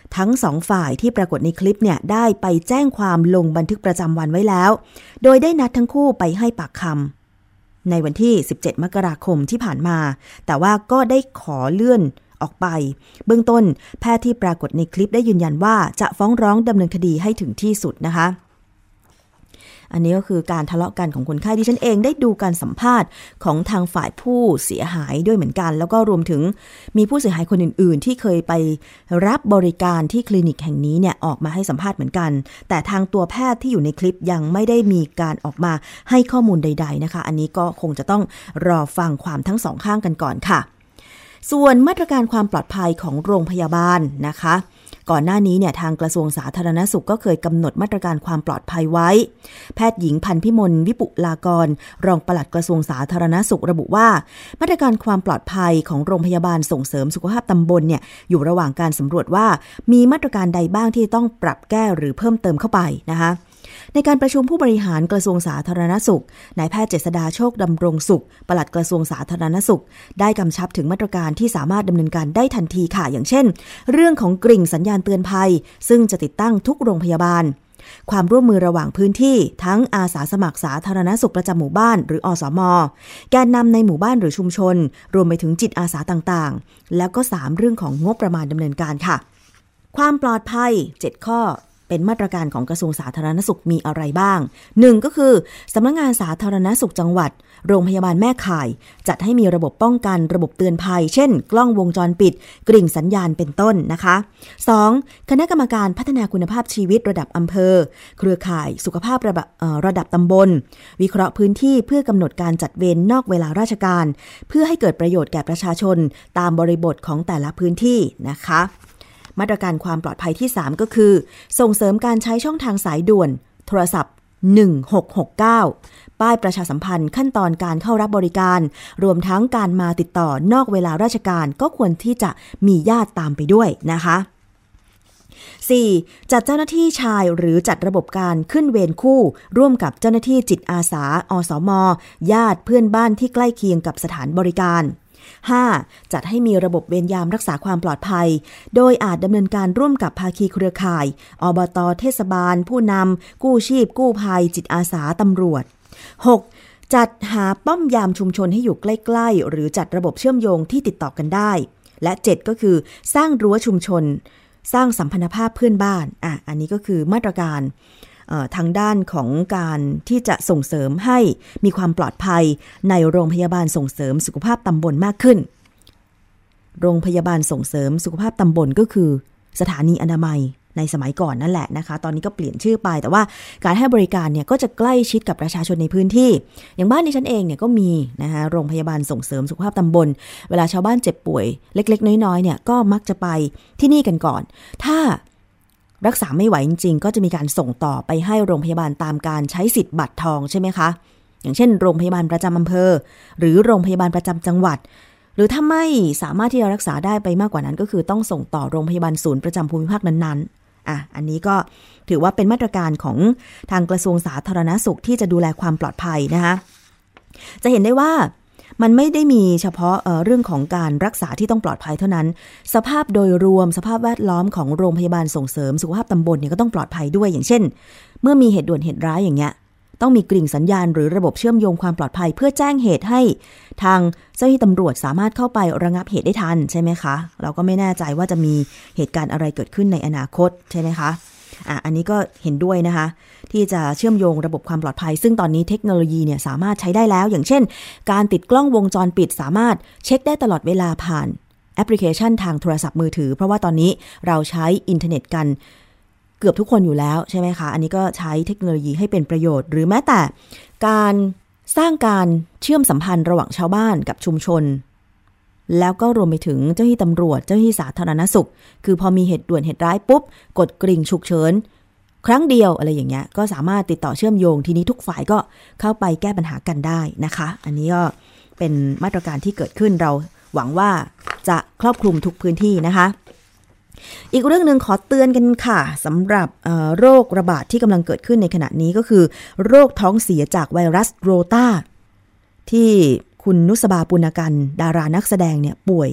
ทั้งสองฝ่ายที่ปรากฏในคลิปเนี่ยได้ไปแจ้งความลงบันทึกประจำวันไว้แล้วโดยได้นัดทั้งคู่ไปให้ปากคำในวันที่สิบเจ็ดมกราคมที่ผ่านมาแต่ว่าก็ได้ขอเลื่อนออกไปเบื้องต้นแพทย์ที่ปรากฏในคลิปได้ยืนยันว่าจะฟ้องร้องดำเนินคดีให้ถึงที่สุดนะคะอันนี้ก็คือการทะเลาะกันของคนไข้ที่ฉันเองได้ดูการสัมภาษณ์ของทางฝ่ายผู้เสียหายด้วยเหมือนกันแล้วก็รวมถึงมีผู้เสียหายคนอื่นๆที่เคยไปรับบริการที่คลินิกแห่งนี้เนี่ยออกมาให้สัมภาษณ์เหมือนกันแต่ทางตัวแพทย์ที่อยู่ในคลิปยังไม่ได้มีการออกมาให้ข้อมูลใดๆนะคะอันนี้ก็คงจะต้องรอฟังความทั้งสองข้างกันก่อนค่ะส่วนมาตรการความปลอดภัยของโรงพยาบาลนะคะก่อนหน้านี้เนี่ยทางกระทรวงสาธารณสุขก็เคยกำหนดมาตรการความปลอดภัยไว้แพทย์หญิงพันพิมลวิปุลากรรองปลัดกระทรวงสาธารณสุขระบุว่ามาตรการความปลอดภัยของโรงพยาบาลส่งเสริมสุขภาพตำบลเนี่ยอยู่ระหว่างการสำรวจว่ามีมาตรการใดบ้างที่ต้องปรับแก้หรือเพิ่มเติมเข้าไปนะคะในการประชุมผู้บริหารกระทรวงสาธารณสุขนายแพทย์เจษฎาโชคดำรงสุขปลัดกระทรวงสาธารณสุขได้กำชับถึงมาตรการที่สามารถดำเนินการได้ทันทีค่ะอย่างเช่นเรื่องของกริ่งสัญญาณเตือนภัยซึ่งจะติดตั้งทุกโรงพยาบาลความร่วมมือระหว่างพื้นที่ทั้งอาสาสมัครสาธารณสุขประจำหมู่บ้านหรืออสม.แกนนำในหมู่บ้านหรือชุมชนรวมไปถึงจิตอาสาต่างๆแล้วก็สามเรื่องของงบประมาณดำเนินการค่ะความปลอดภัยเจ็ดข้อเป็นมาตรการของกระทรวงสาธารณสุขมีอะไรบ้างหนึ่งก็คือสำนักงานสาธารณสุขจังหวัดโรงพยาบาลแม่ข่ายจัดให้มีระบบป้องกันระบบเตือนภัยเช่นกล้องวงจรปิดกริ่งสัญญาณเป็นต้นนะคะสองคณะกรรมการพัฒนาคุณภาพชีวิตระดับอำเภอเครือข่ายสุขภาพระดับระดับตำบลวิเคราะห์พื้นที่เพื่อกำหนดการจัดเวรนอกเวลาราชการเพื่อให้เกิดประโยชน์แก่ประชาชนตามบริบทของแต่ละพื้นที่นะคะมาตรการความปลอดภัยที่สามก็คือส่งเสริมการใช้ช่องทางสายด่วนโทรศัพท์หนึ่งหกหกเก้าป้ายประชาสัมพันธ์ขั้นตอนการเข้ารับบริการรวมทั้งการมาติดต่อนอกเวลาราชการก็ควรที่จะมีญาติตามไปด้วยนะคะสี่จัดเจ้าหน้าที่ชายหรือจัดระบบการขึ้นเวรคู่ร่วมกับเจ้าหน้าที่จิตอาสาอสม.ญาติเพื่อนบ้านที่ใกล้เคียงกับสถานบริการห้าจัดให้มีระบบเวรยามรักษาความปลอดภัยโดยอาจดำเนินการร่วมกับภาคีเครือข่ายอบต.เทศบาลผู้นำกู้ชีพกู้ภัยจิตอาสาตำรวจหกจัดหาป้อมยามชุมชนให้อยู่ใกล้ๆหรือจัดระบบเชื่อมโยงที่ติดต่อกันได้และเจ็ดก็คือสร้างรั้วชุมชนสร้างสัมพันธภาพเพื่อนบ้านอ่ะอันนี้ก็คือมาตรการทางด้านของการที่จะส่งเสริมให้มีความปลอดภัยในโรงพยาบาลส่งเสริมสุขภาพตำบลมากขึ้นโรงพยาบาลส่งเสริมสุขภาพตำบลก็คือสถานีอนามัยในสมัยก่อนนั่นแหละนะคะตอนนี้ก็เปลี่ยนชื่อไปแต่ว่าการให้บริการเนี่ยก็จะใกล้ชิดกับประชาชนในพื้นที่อย่างบ้านดิฉันเองเนี่ยก็มีนะคะโรงพยาบาลส่งเสริมสุขภาพตำบลเวลาชาวบ้านเจ็บป่วยเล็กๆน้อยๆเนี่ยก็มักจะไปที่นี่กันก่อนถ้ารักษาไม่ไหวจริงๆก็จะมีการส่งต่อไปให้โรงพยาบาลตามการใช้สิทธิ์บัตรทองใช่ไหมคะอย่างเช่นโรงพยาบาลประจำอำเภอหรือโรงพยาบาลประจำจังหวัดหรือถ้าไม่สามารถที่จะรักษาได้ไปมากกว่านั้นก็คือต้องส่งต่อโรงพยาบาลศูนย์ประจำภูมิภาคนั้นๆอ่ะอันนี้ก็ถือว่าเป็นมาตรการของทางกระทรวงสาธารณสุขที่จะดูแลความปลอดภัยนะคะจะเห็นได้ว่ามันไม่ได้มีเฉพาะ เอ่อ เรื่องของการรักษาที่ต้องปลอดภัยเท่านั้นสภาพโดยรวมสภาพแวดล้อมของโรงพยาบาลส่งเสริมสุขภาพตำบลเนี่ยก็ต้องปลอดภัยด้วยอย่างเช่นเมื่อมีเหตุด่วนเหตุร้ายอย่างเงี้ยต้องมีกริ่งสัญญาณหรือระบบเชื่อมโยงความปลอดภัยเพื่อแจ้งเหตุให้ทางเจ้าหน้าที่ตำรวจสามารถเข้าไประงับเหตุได้ทันใช่ไหมคะเราก็ไม่แน่ใจว่าจะมีเหตุการณ์อะไรเกิดขึ้นในอนาคตใช่ไหมคะอ่ะอันนี้ก็เห็นด้วยนะคะที่จะเชื่อมโยงระบบความปลอดภัยซึ่งตอนนี้เทคโนโลยีเนี่ยสามารถใช้ได้แล้วอย่างเช่นการติดกล้องวงจรปิดสามารถเช็คได้ตลอดเวลาผ่านแอปพลิเคชันทางโทรศัพท์มือถือเพราะว่าตอนนี้เราใช้อินเทอร์เน็ตกันเกือบทุกคนอยู่แล้วใช่ไหมคะอันนี้ก็ใช้เทคโนโลยีให้เป็นประโยชน์หรือแม้แต่การสร้างการเชื่อมสัมพันธ์ระหว่างชาวบ้านกับชุมชนแล้วก็รวมไปถึงเจ้าหน้าที่ตำรวจเจ้าหน้าที่สาธารณสุขคือพอมีเหตุด่วนเหตุร้ายปุ๊บกดกริ่งฉุกเฉินครั้งเดียวอะไรอย่างเงี้ยก็สามารถติดต่อเชื่อมโยงทีนี้ทุกฝ่ายก็เข้าไปแก้ปัญหากันได้นะคะอันนี้ก็เป็นมาตรการที่เกิดขึ้นเราหวังว่าจะครอบคลุมทุกพื้นที่นะคะอีกเรื่องนึงขอเตือนกันค่ะสำหรับโรคระบาดที่กำลังเกิดขึ้นในขณะนี้ก็คือโรคท้องเสียจากไวรัสโรตาที่คุณนุสบาปุณกันดารานักแสดงเนี่ยป่วย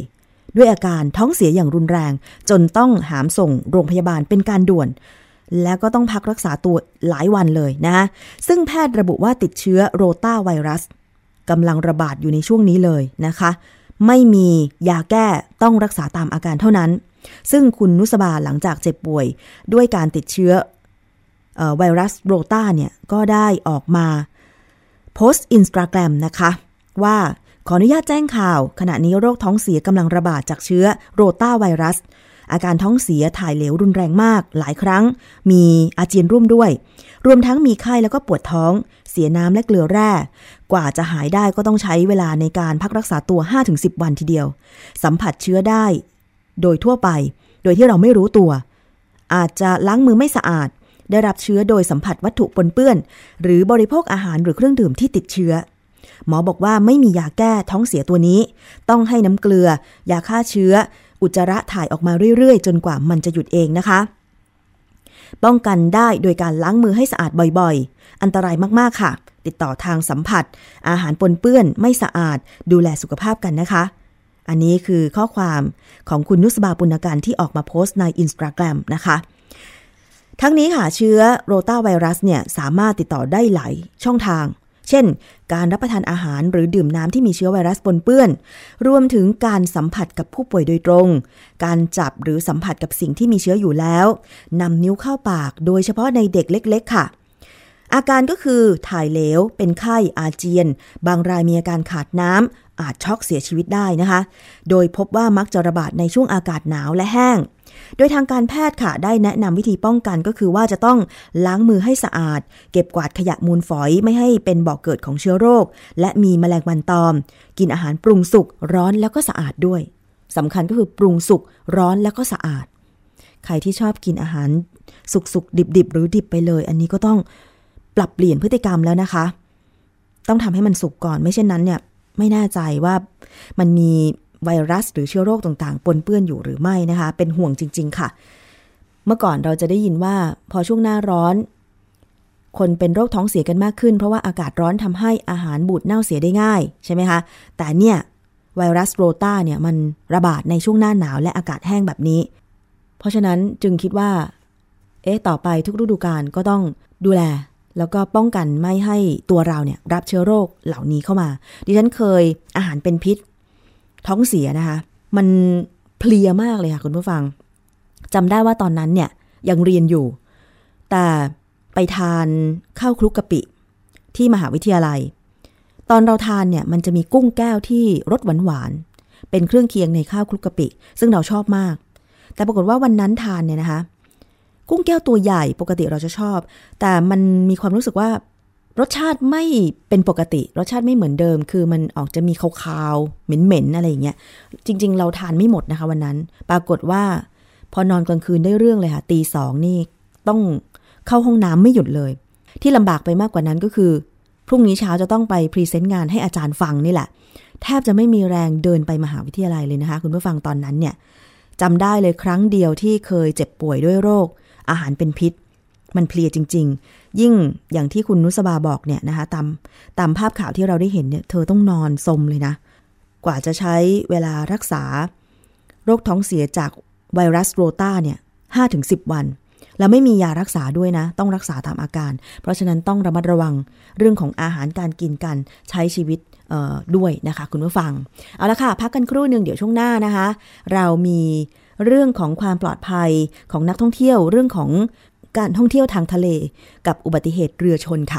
ด้วยอาการท้องเสียอย่างรุนแรงจนต้องหามส่งโรงพยาบาลเป็นการด่วนแล้วก็ต้องพักรักษาตัวหลายวันเลยนะซึ่งแพทย์ระบุว่าติดเชื้อโรตาไวรัสกำลังระบาดอยู่ในช่วงนี้เลยนะคะไม่มียาแก้ต้องรักษาตามอาการเท่านั้นซึ่งคุณนุสบาหลังจากเจ็บป่วยด้วยการติดเชื้อเอ่อไวรัสโรตาเนี่ยก็ได้ออกมาโพสต์ Instagram นะคะว่าขออนุญาตแจ้งข่าวขณะนี้โรคท้องเสียกำลังระบาดจากเชื้อโรตาไวรัสอาการท้องเสียถ่ายเหลวรุนแรงมากหลายครั้งมีอาเจียนร่วมด้วยรวมทั้งมีไข้แล้วก็ปวดท้องเสียน้ำและเกลือแร่กว่าจะหายได้ก็ต้องใช้เวลาในการพักรักษาตัว ห้าถึงสิบ วันทีเดียวสัมผัสเชื้อได้โดยทั่วไปโดยที่เราไม่รู้ตัวอาจจะล้างมือไม่สะอาดได้รับเชื้อโดยสัมผัสวัตถุปนเปื้อนหรือบริโภคอาหารหรือเครื่องดื่มที่ติดเชื้อหมอบอกว่าไม่มียาแก้ท้องเสียตัวนี้ต้องให้น้ำเกลือยาฆ่าเชื้ออุจจาระถ่ายออกมาเรื่อยๆจนกว่ามันจะหยุดเองนะคะป้องกันได้โดยการล้างมือให้สะอาดบ่อยๆอันตรายมากๆค่ะติดต่อทางสัมผัสอาหารปนเปื้อนไม่สะอาดดูแลสุขภาพกันนะคะอันนี้คือข้อความของคุณนุสบาปุณการที่ออกมาโพสต์ใน Instagram นะคะทั้งนี้ค่ะเชื้อโรตาไวรัสเนี่ยสามารถติดต่อได้หลายช่องทางเช่นการรับประทานอาหารหรือดื่มน้ำที่มีเชื้อไวรัสปนเปื้อนรวมถึงการสัมผัสกับผู้ป่วยโดยตรงการจับหรือสัมผัสกับสิ่งที่มีเชื้ออยู่แล้วนำนิ้วเข้าปากโดยเฉพาะในเด็กเล็กๆค่ะอาการก็คือถ่ายเหลวเป็นไข้อาเจียนบางรายมีอาการขาดน้ำอาจช็อกเสียชีวิตได้นะคะโดยพบว่ามักจะระบาดในช่วงอากาศหนาวและแห้งโดยทางการแพทย์ค่ะได้แนะนำวิธีป้องกันก็คือว่าจะต้องล้างมือให้สะอาดเก็บกวาดขยะมูลฝอยไม่ให้เป็นบ่อกเกิดของเชื้อโรคและมีแมลงวันตอมกินอาหารปรุงสุกร้อนแล้วก็สะอาดด้วยสำคัญก็คือปรุงสุกร้อนแล้วก็สะอาดใครที่ชอบกินอาหารสุกๆดิบๆหรือดิบไปเลยอันนี้ก็ต้องปรับเปลี่ยนพฤติกรรมแล้วนะคะต้องทำให้มันสุกก่อนไม่เช่นนั้นเนี่ยไม่แน่ใจว่ามันมีไวรัสหรือเชื้อโรคต่างๆปนเปื้อนอยู่หรือไม่นะคะเป็นห่วงจริงๆค่ะเมื่อก่อนเราจะได้ยินว่าพอช่วงหน้าร้อนคนเป็นโรคท้องเสียกันมากขึ้นเพราะว่าอากาศร้อนทำให้อาหารบูดเน่าเสียได้ง่ายใช่ไหมคะแต่เนี่ยไวรัสโรตาเนี่ยมันระบาดในช่วงหน้าหนาวและอากาศแห้งแบบนี้เพราะฉะนั้นจึงคิดว่าเอ๊ะต่อไปทุกฤดูกาลก็ต้องดูแลแล้วก็ป้องกันไม่ให้ตัวเราเนี่ยรับเชื้อโรคเหล่านี้เข้ามาดิฉันเคยอาหารเป็นพิษท้องเสียนะคะมันเพลียมากเลยค่ะคุณผู้ฟังจำได้ว่าตอนนั้นเนี่ยยังเรียนอยู่แต่ไปทานข้าวคลุกกะปิที่มหาวิทยาลัยตอนเราทานเนี่ยมันจะมีกุ้งแก้วที่รสหวานๆเป็นเครื่องเคียงในข้าวคลุกกะปิซึ่งเราชอบมากแต่ปรากฏว่าวันนั้นทานเนี่ยนะคะกุ้งแก้วตัวใหญ่ปกติเราจะชอบแต่มันมีความรู้สึกว่ารสชาติไม่เป็นปกติรสชาติไม่เหมือนเดิมคือมันออกจะมีคาวๆเหม็นๆอะไรอย่างเงี้ยจริงๆเราทานไม่หมดนะคะวันนั้นปรากฏว่าพอนอนกลางคืนได้เรื่องเลยค่ะตีสองนี่ต้องเข้าห้องน้ำไม่หยุดเลยที่ลำบากไปมากกว่านั้นก็คือพรุ่งนี้เช้าจะต้องไปพรีเซนต์งานให้อาจารย์ฟังนี่แหละแทบจะไม่มีแรงเดินไปมหาวิทยาลัยเลยนะคะคุณผู้ฟังตอนนั้นเนี่ยจำได้เลยครั้งเดียวที่เคยเจ็บป่วยด้วยโรคอาหารเป็นพิษมันเพลียจริงๆยิ่งอย่างที่คุณนุสบาบอกเนี่ยนะคะตามตามภาพข่าวที่เราได้เห็นเนี่ยเธอต้องนอนซมเลยนะกว่าจะใช้เวลารักษาโรคท้องเสียจากไวรัสโรตาเนี่ย ห้าถึงสิบ วันแล้วไม่มียารักษาด้วยนะต้องรักษาตามอาการเพราะฉะนั้นต้องระมัดระวังเรื่องของอาหารการกินกันใช้ชีวิตเอ่อด้วยนะคะคุณผู้ฟังเอาละค่ะพักกันครู่นึงเดี๋ยวช่วงหน้านะคะเรามีเรื่องของความปลอดภัยของนักท่องเที่ยวเรื่องของการท่องเที่ยวทางทะเลกับอุบัติเหตุเรือชนค่ะ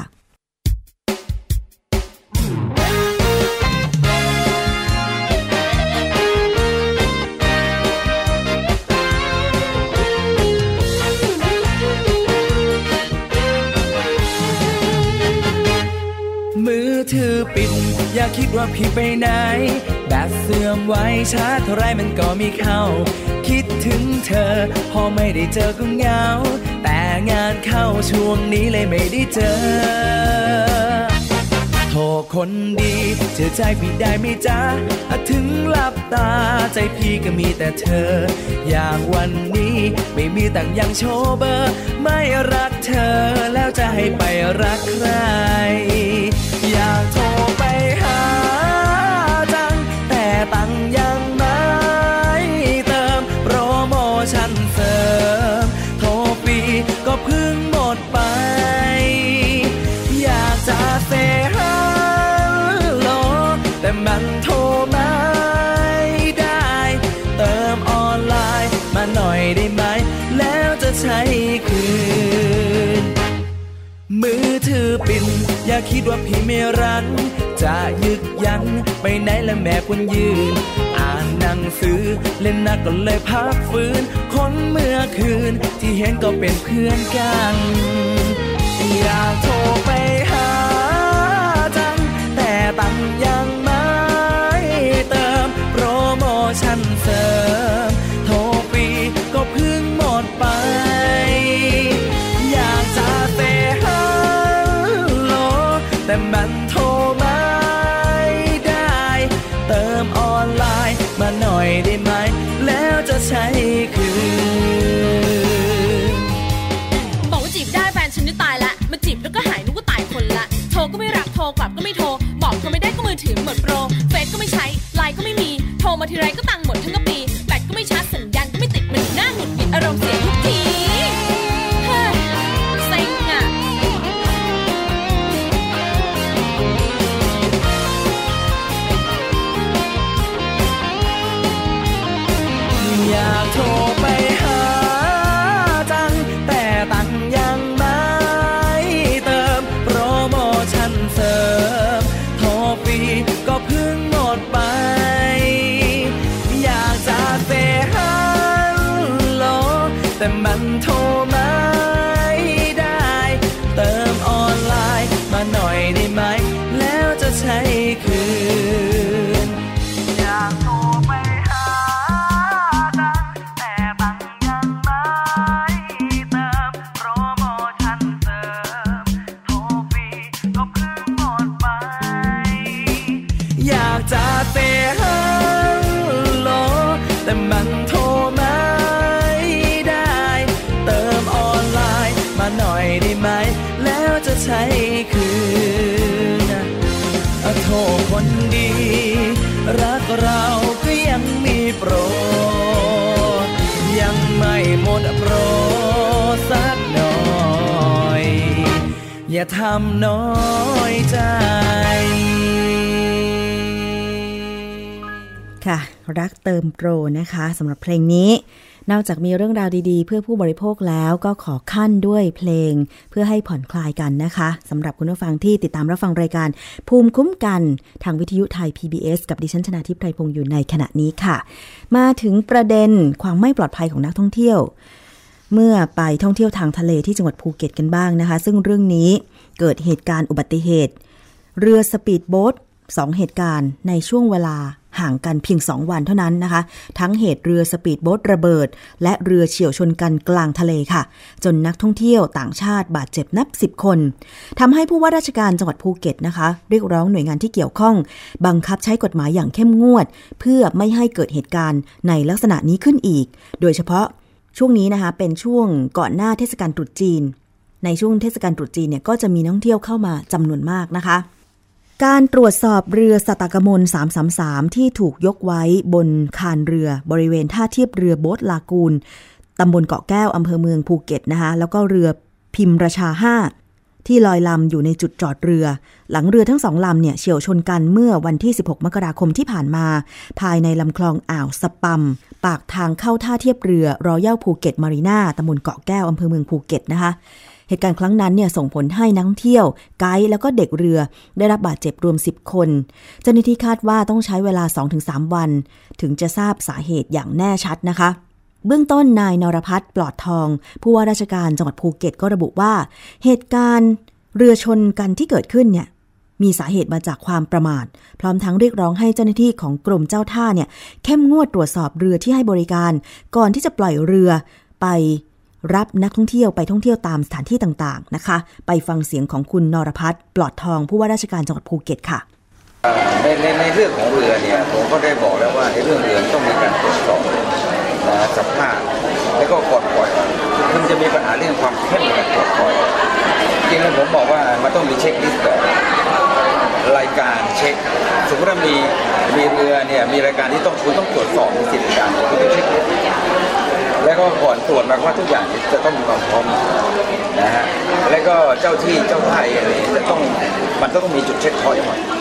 ถือปิดอย่าคิดว่าพี่ไปไหนแบตเสื่อมไว้ชาร์จเท่าไรมันก็มีเข้าคิดถึงเธอพอไม่ได้เจอก็เหงาแต่งานเข้าช่วงนี้เลยไม่ได้เจอโทรคนดีเชื่อใจพี่ได้ไหมจ๊ะถึงหลับตาใจพี่ก็มีแต่เธออย่างวันนี้ไม่มีต่างอย่างโชว์เบอร์ไม่รักเธอแล้วจะให้ไปรักใครอยากโทรไปหาจังแต่ตังยังไม่มันโทรไม่ได้เติมออนไลน์มาหน่อยได้ไหมแล้วจะใช้คืนมือถือปิ่นอย่าคิดว่าพี่ไม่รักจะยึกยันไปไหนและแม่ควรยืนอ่านหนังสือเล่นหนักก็เลยพักฟื้นคนเมื่อคืนที่เห็นก็เป็นเพื่อนกันอยากโทรไปหาจังแต่ตังยังไม่เติมโปรโมชั่นเสริมโทรฟรีก็เพิ่งหมดไปอยากจะเซฮัลโหลแต่มันโทรไม่ได้เติมออนไลน์มาหน่อยได้ไหมแล้วจะใช้คืนบอกว่าจีบได้แฟนฉันนี่ตายละมาจีบแล้วก็หายนึกว่าตายคนละโทรก็ไม่รักโทรกลับก็ไม่โทรบอกโทรไม่ได้ก็มือถือหมดโปรเฟซก็ไม่ใช้ไลน์ก็ไม่มีโทรมาทีไรก็ตังหมดทั้งกะปีแบตก็ไม่ชาร์จสัญญาณก็ไม่ติดมันหน้าหงุดหงิดอารมณ์เสียทุกทีเฮ้ยเซ็งอ่ะอยากโทรไปหาจังแต่ตังยังไม่เติมโปรโมชั่นเสริมโทรฟรีก็เพิ่งหมดไปอยากจะเซฮัลโหลแต่มันโทรไม่ได้เติมออนไลน์มาหน่อยได้ไหมแล้วจะใช้คืนอยากโทรไปหาจังแต่ตังยังไม่เติมโปรโมชั่นเสริมโทรฟรีก็เพิ่งหมดไปอยากจะเซฮัลโหลแต่มันโทรไม่ได้เติมออนไลน์มาหน่อยได้ไหมแล้วจะใช้คืนโทรคนดีรักเราก็ยังมีโปรยังไม่หมดโปรสักหน่อยอย่าทำน้อยใจค่ะรักเติมโปรนะคะสำหรับเพลงนี้นอกจากมีเรื่องราวดีๆเพื่อผู้บริโภคแล้วก็ขอขั้นด้วยเพลงเพื่อให้ผ่อนคลายกันนะคะสำหรับคุณผู้ฟังที่ติดตามรับฟังรายการภูมิคุ้มกันทางวิทยุไทย พี บี เอส กับดิฉันชนาทิพย์ไพรพงษ์อยู่ในขณะนี้ค่ะมาถึงประเด็นความไม่ปลอดภัยของนักท่องเที่ยวเมื่อไปท่องเที่ยวทางทะเลที่จังหวัดภูเก็ตกันบ้างนะคะซึ่งเรื่องนี้เกิดเหตุการณ์อุบัติเหตุเรือสปีดโบ๊ทสองเหตุการณ์ในช่วงเวลาห่างกันเพียงสองวันเท่านั้นนะคะทั้งเหตุเรือสปีดโบ๊ทระเบิดและเรือเฉี่ยวชนกันกลางทะเลค่ะจนนักท่องเที่ยวต่างชาติบาดเจ็บนับสิบคนทำให้ผู้ว่าราชการจังหวัดภูเก็ตนะคะเรียกร้องหน่วยงานที่เกี่ยวข้องบังคับใช้กฎหมายอย่างเข้มงวดเพื่อไม่ให้เกิดเหตุการณ์ในลักษณะนี้ขึ้นอีกโดยเฉพาะช่วงนี้นะคะเป็นช่วงก่อนหน้าเทศกาลตรุษจีนในช่วงเทศกาลตรุษจีนเนี่ยก็จะมีนักท่องเที่ยวเข้ามาจำนวนมากนะคะการตรวจสอบเรือสตากมลสามสามสามที่ถูกยกไว้บนคานเรือบริเวณท่าเทียบเรือโบ๊ทลากูนตำบลเกาะแก้วอำเภอเมืองภูเก็ตนะคะแล้วก็เรือพิมพ์ราชาห้าที่ลอยลำอยู่ในจุดจอดเรือหลังเรือทั้งสองลำเนี่ยเฉี่ยวชนกันเมื่อวันที่สิบหกมกราคมที่ผ่านมาภายในลำคลองอ่าวสปัมปากทางเข้าท่าเทียบเรือรอยัลภูเก็ตมารีนาตำบลเกาะแก้วอำเภอเมืองภูเก็ตนะคะเหตุการณ์ครั้งนั้นเนี่ยส่งผลให้นักท่องเที่ยวไกด์แล้วก็เด็กเรือได้รับบาดเจ็บรวมสิบคนเจ้าหน้าที่คาดว่าต้องใช้เวลา สองถึงสาม วันถึงจะทราบสาเหตุอย่างแน่ชัดนะคะเบื้องต้นนายนรพัฒน์ปลอดทองผู้ว่าราชการจังหวัดภูเก็ตก็ระบุว่าเหตุการณ์เรือชนกันที่เกิดขึ้นเนี่ยมีสาเหตุมาจากความประมาทพร้อมทั้งเรียกร้องให้เจ้าหน้าที่ของกรมเจ้าท่าเนี่ยเข้มงวดตรวจสอบเรือที่ให้บริการก่อนที่จะปล่อยเรือไปรับนักท่องเที่ยวไปท่องเที่ยวตามสถานที่ต่างๆนะคะไปฟังเสียงของคุณนรพัฒน์ปลอดทองผู้ว่าราชการจังหวัดภูเก็ตค่ะในในในเรื่องของเรือเนี่ยผมก็ได้บอกแล้วว่าในเรื่องเรือต้องมีการตรวจสอบนะสภาพแล้วก็กดปล่อยมันจะมีปัญหาเรื่องความเข้มในการกดปล่อยจริงๆผมบอกว่ามันต้องมีเช็คลิสต์แบบรายการเช็คสมมติว่ามีมีเรือเนี่ยมีรายการที่ต้องคุณต้องตรวจสอบในสิ่งต่างๆคุณต้องเช็คลิสต์แล้วก็ก่อนตรวจมาว่าทุกอย่างจะต้องมีความพร้อมนะฮะแล้วก็เจ้าที่เจ้าท่าอะไรจะต้องมันต้องมีจุดเช็คพอยต์หมด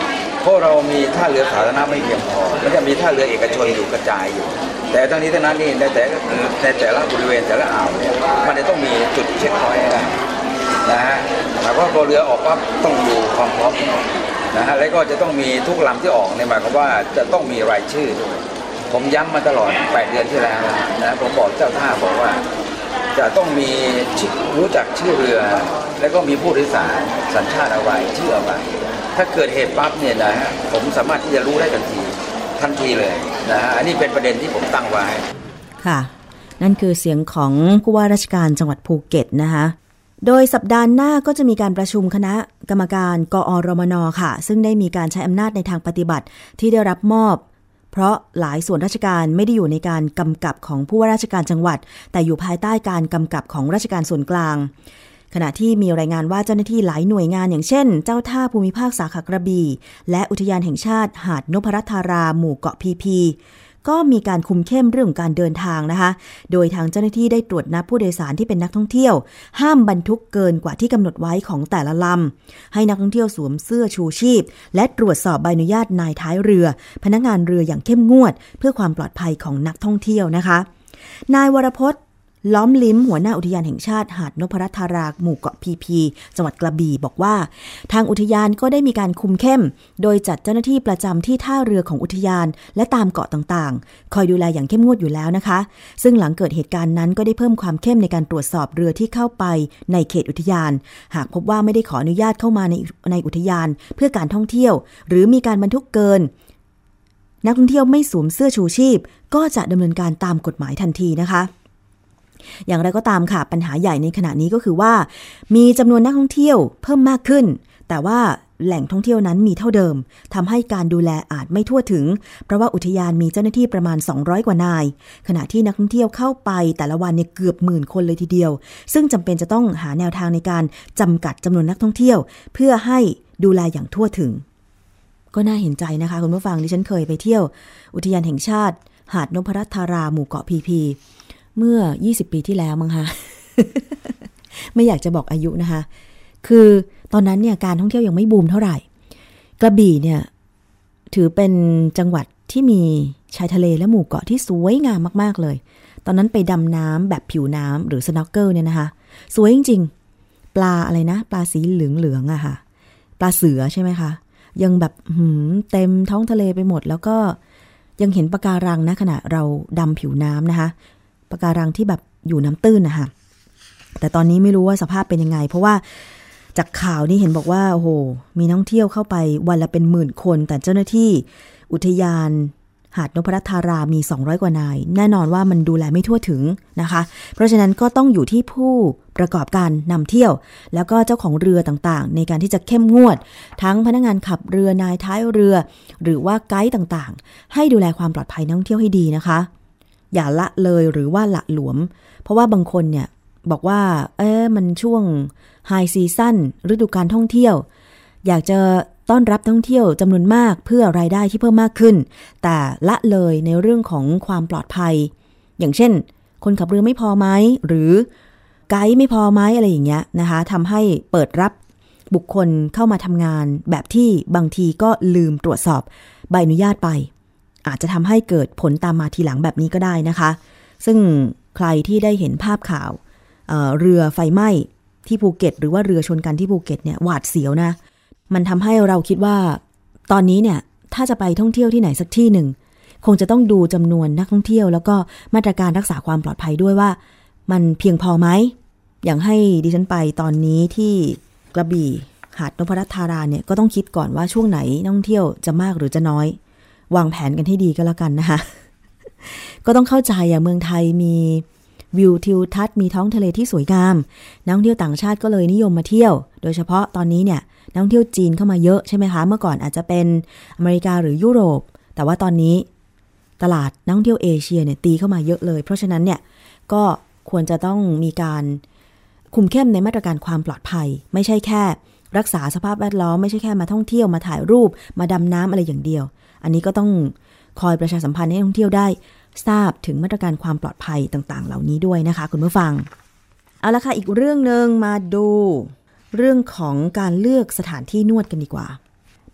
เพราะเรามีท่าเรือสาธารณะไม่เพียงพอมันจะมีท่าเรือเอกชนอยู่กระจายอยู่แต่ทั้งนี้ทั้งนั้นนี่ในแต่ในแต่ละบริเวณแต่ละอ่าวเนี่ยมันจะต้องมีจุดเช็คพอยต์นะนะฮะหมายความว่าพอเรือออกปั๊บต้องดูความพร้อมนะฮะแล้วก็จะต้องมีทุกลำที่ออกเนี่ยหมายความว่าจะต้องมีรายชื่อด้วยผมย้ำมาตลอดแปดเดือนที่แล้วนะผมบอกเจ้าท่าบอกว่าจะต้องมีรู้จักชื่อเรือแล้วก็มีผู้โดยสารสัญชาติอะไรชื่ออะไรถ้าเกิดเหตุปั๊บเนี่ยนะฮะผมสามารถที่จะรู้ได้ทันทีทันทีเลยนะฮะอันนี้เป็นประเด็นที่ผมตั้งไว้ค่ะนั่นคือเสียงของผู้ว่าราชการจังหวัดภูเก็ตนะคะโดยสัปดาห์หน้าก็จะมีการประชุมคณะกรรมการกอรมนค่ะซึ่งได้มีการใช้อำนาจในทางปฏิบัติที่ได้รับมอบเพราะหลายส่วนราชการไม่ได้อยู่ในการกำกับของผู้ว่าราชการจังหวัดแต่อยู่ภายใต้การกำกับของราชการส่วนกลางขณะที่มีรายงานว่าเจ้าหน้าที่หลายหน่วยงานอย่างเช่นเจ้าท่าภูมิภาคสาขากระบี่และอุทยานแห่งชาติหาดนพรัตน์ธาราหมู่เกาะพีพีก็มีการคุมเข้มเรื่องการเดินทางนะคะโดยทางเจ้าหน้าที่ได้ตรวจนับผู้โดยสารที่เป็นนักท่องเที่ยวห้ามบรรทุกเกินกว่าที่กำหนดไว้ของแต่ละลำให้นักท่องเที่ยวสวมเสื้อชูชีพและตรวจสอบใบอนุญาตนายท้ายเรือพนักงานเรืออย่างเข้มงวดเพื่อความปลอดภัยของนักท่องเที่ยวนะคะนายวรพจน์ล้อมลิ้มหัวหน้าอุทยานแห่งชาติหาดนพรัตน์ธาราหมู่เกาะพีพีจังหวัดกระบี่บอกว่าทางอุทยานก็ได้มีการคุมเข้มโดยจัดเจ้าหน้าที่ประจำที่ท่าเรือของอุทยานและตามเกาะต่างๆคอยดูแลอย่างเข้มงวดอยู่แล้วนะคะซึ่งหลังเกิดเหตุการณ์นั้นก็ได้เพิ่มความเข้มในการตรวจสอบเรือที่เข้าไปในเขตอุทยานหากพบว่าไม่ได้ขออนุญาตเข้ามาในในอุทยานเพื่อการท่องเที่ยวหรือมีการบรรทุกเกินนักท่องเที่ยวไม่สวมเสื้อชูชีพก็จะดำเนินการตามกฎหมายทันทีนะคะอย่างไรก็ตามค่ะปัญหาใหญ่ในขณะนี้ก็คือว่ามีจำนวนนักท่องเที่ยวเพิ่มมากขึ้นแต่ว่าแหล่งท่องเที่ยวนั้นมีเท่าเดิมทำให้การดูแลอาจไม่ทั่วถึงเพราะว่าอุทยานมีเจ้าหน้าที่ประมาณสองร้อยกว่านายขณะที่นักท่องเที่ยวเข้าไปแต่ละวันเนี่ยเกือบหมื่นคนเลยทีเดียวซึ่งจำเป็นจะต้องหาแนวทางในการจำกัดจำนวนนักท่องเที่ยวเพื่อให้ดูแลอย่างทั่วถึงก็น่าเห็นใจนะคะคุณผู้ฟังดิฉันเคยไปเที่ยวอุทยานแห่งชาติหาดนพรัตน์ธาราหมู่เกาะพีพีเมื่อยี่สิบปีที่แล้วมั้งคะ ไม่อยากจะบอกอายุนะคะคือตอนนั้นเนี่ยการท่องเที่ยวยังไม่บูมเท่าไหร่กระบี่เนี่ยถือเป็นจังหวัดที่มีชายทะเลและหมู่เกาะที่สวยงามมากๆเลยตอนนั้นไปดำน้ำแบบผิวน้ำหรือสน็อกเกิลเนี่ยนะคะสวยจริงๆปลาอะไรนะปลาสีเหลืองๆอะค่ะปลาเสือใช่ไหมคะยังแบบหืมเต็มท้องทะเลไปหมดแล้วก็ยังเห็นปะการังนะขณะเราดำผิวน้ำนะคะปะการังที่แบบอยู่น้ำตื้นนะคะแต่ตอนนี้ไม่รู้ว่าสภาพเป็นยังไงเพราะว่าจากข่าวนี่เห็นบอกว่าโอ้โหมีนักท่องเที่ยวเข้าไปวันละเป็นหมื่นคนแต่เจ้าหน้าที่อุทยานหาดนพรัตน์ธารามีสองร้อยกว่านายแน่นอนว่ามันดูแลไม่ทั่วถึงนะคะเพราะฉะนั้นก็ต้องอยู่ที่ผู้ประกอบการนำเที่ยวแล้วก็เจ้าของเรือต่างๆในการที่จะเข้มงวดทั้งพนักงานขับเรือนายท้ายเรือหรือว่าไกด์ต่างๆให้ดูแลความปลอดภัยนักท่องเที่ยวให้ดีนะคะอย่าละเลยหรือว่าละหลวมเพราะว่าบางคนเนี่ยบอกว่าเอ๊ะมันช่วงไฮซีซั่นฤดูการท่องเที่ยวอยากจะต้อนรับท่องเที่ยวจำนวนมากเพื่อรายได้ที่เพิ่มมากขึ้นแต่ละเลยในเรื่องของความปลอดภัยอย่างเช่นคนขับเรือไม่พอไหมหรือไกด์ไม่พอไหมอะไรอย่างเงี้ยนะคะทำให้เปิดรับบุคคลเข้ามาทำงานแบบที่บางทีก็ลืมตรวจสอบใบอนุญาตไปอาจจะทำให้เกิดผลตามมาทีหลังแบบนี้ก็ได้นะคะซึ่งใครที่ได้เห็นภาพข่าวเอ่อเรือไฟไหม้ที่ภูเก็ตหรือว่าเรือชนกันที่ภูเก็ตเนี่ยหวาดเสียวนะมันทำให้เราคิดว่าตอนนี้เนี่ยถ้าจะไปท่องเที่ยวที่ไหนสักที่หนึ่งคงจะต้องดูจำนวนนักท่องเที่ยวแล้วก็มาตรการรักษาความปลอดภัยด้วยว่ามันเพียงพอไหมอย่างให้ดิฉันไปตอนนี้ที่กระบี่หาดนพรัตน์ธาราเนี่ยก็ต้องคิดก่อนว่าช่วงไหนนักท่องเที่ยวจะมากหรือจะน้อยวางแผนกันให้ดีก็แล้วกันนะคะ ก็ต้องเข้าใจอ่ะเมืองไทยมีวิวทิวทัศน์มีท้องทะเลที่สวยงามนักท่องเที่ยวต่างชาติก็เลยนิยมมาเที่ยวโดยเฉพาะตอนนี้เนี่ยนักท่องเที่ยวจีนเข้ามาเยอะใช่ไหมคะเมื่อก่อนอาจจะเป็นอเมริกาหรือยุโรปแต่ว่าตอนนี้ตลาดนักท่องเที่ยวเอเชียเนี่ยตีเข้ามาเยอะเลยเพราะฉะนั้นเนี่ยก็ควรจะต้องมีการคุมเข้มในมาตรการความปลอดภัยไม่ใช่แค่รักษาสภาพแวดล้อมไม่ใช่แค่มาท่องเที่ยวมาถ่ายรูปมาดำน้ำอะไรอย่างเดียวอันนี้ก็ต้องคอยประชาสัมพันธ์ให้นักท่องเที่ยวได้ทราบถึงมาตรการความปลอดภัยต่างๆเหล่านี้ด้วยนะคะคุณผู้ฟังเอาละค่ะอีกเรื่องนึงมาดูเรื่องของการเลือกสถานที่นวดกันดีกว่า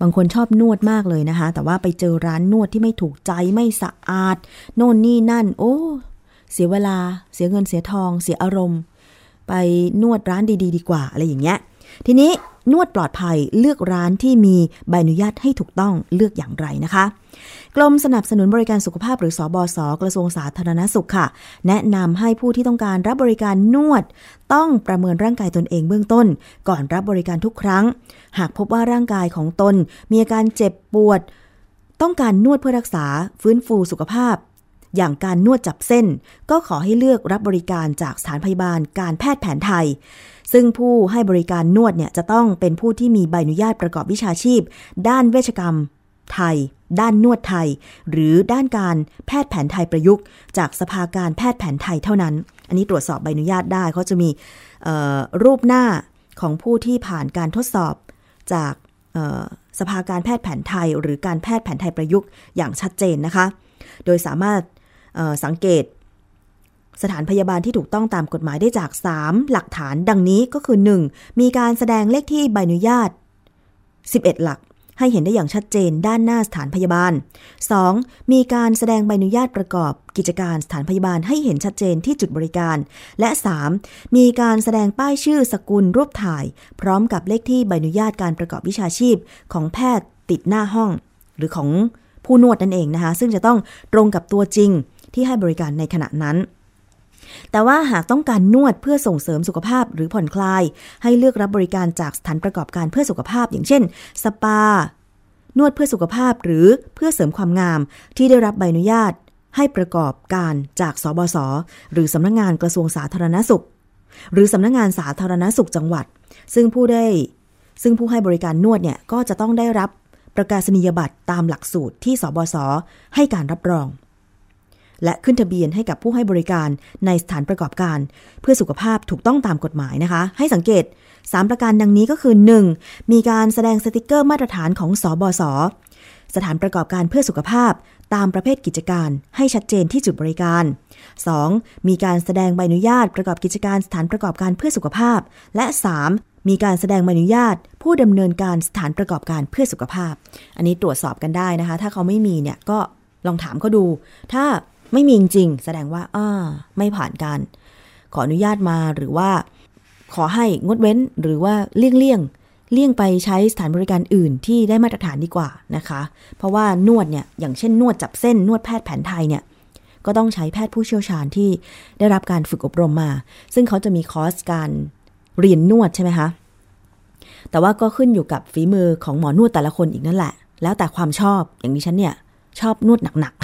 บางคนชอบนวดมากเลยนะคะแต่ว่าไปเจอร้านนวดที่ไม่ถูกใจไม่สะอาดโน่นนี่นั่นโอ้เสียเวลาเสียเงินเสียทองเสียอารมณ์ไปนวดร้านดีๆดีกว่าอะไรอย่างเงี้ยทีนี้นวดปลอดภัยเลือกร้านที่มีใบอนุญาตให้ถูกต้องเลือกอย่างไรนะคะกรมสนับสนุนบริการสุขภาพหรือสบศกระทรวงสาธารณสุขค่ะแนะนำให้ผู้ที่ต้องการรับบริการนวดต้องประเมินร่างกายตนเองเบื้องต้นก่อนรับบริการทุกครั้งหากพบว่าร่างกายของตนมีอาการเจ็บปวดต้องการนวดเพื่อรักษาฟื้นฟูสุขภาพอย่างการนวดจับเส้นก็ขอให้เลือกรับบริการจากสถานพยาบาลการแพทย์แผนไทยซึ่งผู้ให้บริการนวดเนี่ยจะต้องเป็นผู้ที่มีใบอนุญาตประกอบวิชาชีพด้านเวชกรรมไทยด้านนวดไทยหรือด้านการแพทย์แผนไทยประยุกต์จากสภาการแพทย์แผนไทยเท่านั้นอันนี้ตรวจสอบใบอนุญาตได้เขาจะมีรูปหน้าของผู้ที่ผ่านการทดสอบจากสภาการแพทย์แผนไทยหรือการแพทย์แผนไทยประยุกต์อย่างชัดเจนนะคะโดยสามารถสังเกตสถานพยาบาลที่ถูกต้องตามกฎหมายได้จากสามหลักฐานดังนี้ก็คือหนึ่งมีการแสดงเลขที่ใบอนุญาตสิบเอ็ดหลักให้เห็นได้อย่างชัดเจนด้านหน้าสถานพยาบาล สอง มีการแสดงใบอนุญาตประกอบกิจการสถานพยาบาลให้เห็นชัดเจนที่จุดบริการและ สาม มีการแสดงป้ายชื่อสกุลรูปถ่ายพร้อมกับเลขที่ใบอนุญาตการประกอบวิชาชีพของแพทย์ติดหน้าห้องหรือของผู้นวดนั่นเองนะคะซึ่งจะต้องตรงกับตัวจริงที่ให้บริการในขณะนั้นแต่ว่าหากต้องการนวดเพื่อส่งเสริมสุขภาพหรือผ่อนคลายให้เลือกรับบริการจากสถานประกอบการเพื่อสุขภาพอย่างเช่นสปานวดเพื่อสุขภาพหรือเพื่อเสริมความงามที่ได้รับใบอนุญาตให้ประกอบการจากสบศหรือสำนักงานกระทรวงสาธารณสุขหรือสำนักงานสาธารณสุขจังหวัดซึ่งผู้ได้ซึ่งผู้ให้บริการนวดเนี่ยก็จะต้องได้รับประกาศนียบัตรตามหลักสูตรที่สบศให้การรับรองและขึ้นทะเบียนให้กับผู้ให้บริการในสถานประกอบการเพื่อสุขภาพถูกต้องตามกฎหมายนะคะให้สังเกตสามประการดังนี้ก็คือ หนึ่ง มีการแสดงสติกเกอร์มาตรฐานของสบศสถานประกอบการเพื่อสุขภาพตามประเภทกิจการให้ชัดเจนที่จุดบริการ สอง มีการแสดงใบอนุญาตประกอบกิจการสถานประกอบการเพื่อสุขภาพและ สาม มีการแสดงใบอนุญาตผู้ดำเนินการสถานประกอบการเพื่อสุขภาพอันนี้ตรวจสอบกันได้นะคะถ้าเขาไม่มีเนี่ยก็ลองถามเขาดูถ้าไม่มีจริงๆแสดงว่าอ่าไม่ผ่านการขออนุญาตมาหรือว่าขอให้งดเว้นหรือว่าเลี่ยงเลี่ยงเลี่ยงไปใช้สถานบริการอื่นที่ได้มาตรฐานดีกว่านะคะเพราะว่านวดเนี่ยอย่างเช่นนวดจับเส้นนวดแพทย์แผนไทยเนี่ยก็ต้องใช้แพทย์ผู้เชี่ยวชาญที่ได้รับการฝึกอบรมมาซึ่งเขาจะมีคอร์สการเรียนนวดใช่ไหมคะแต่ว่าก็ขึ้นอยู่กับฝีมือของหมอนวดแต่ละคนอีกนั่นแหละแล้วแต่ความชอบอย่างดิฉันเนี่ยชอบนวดหนัก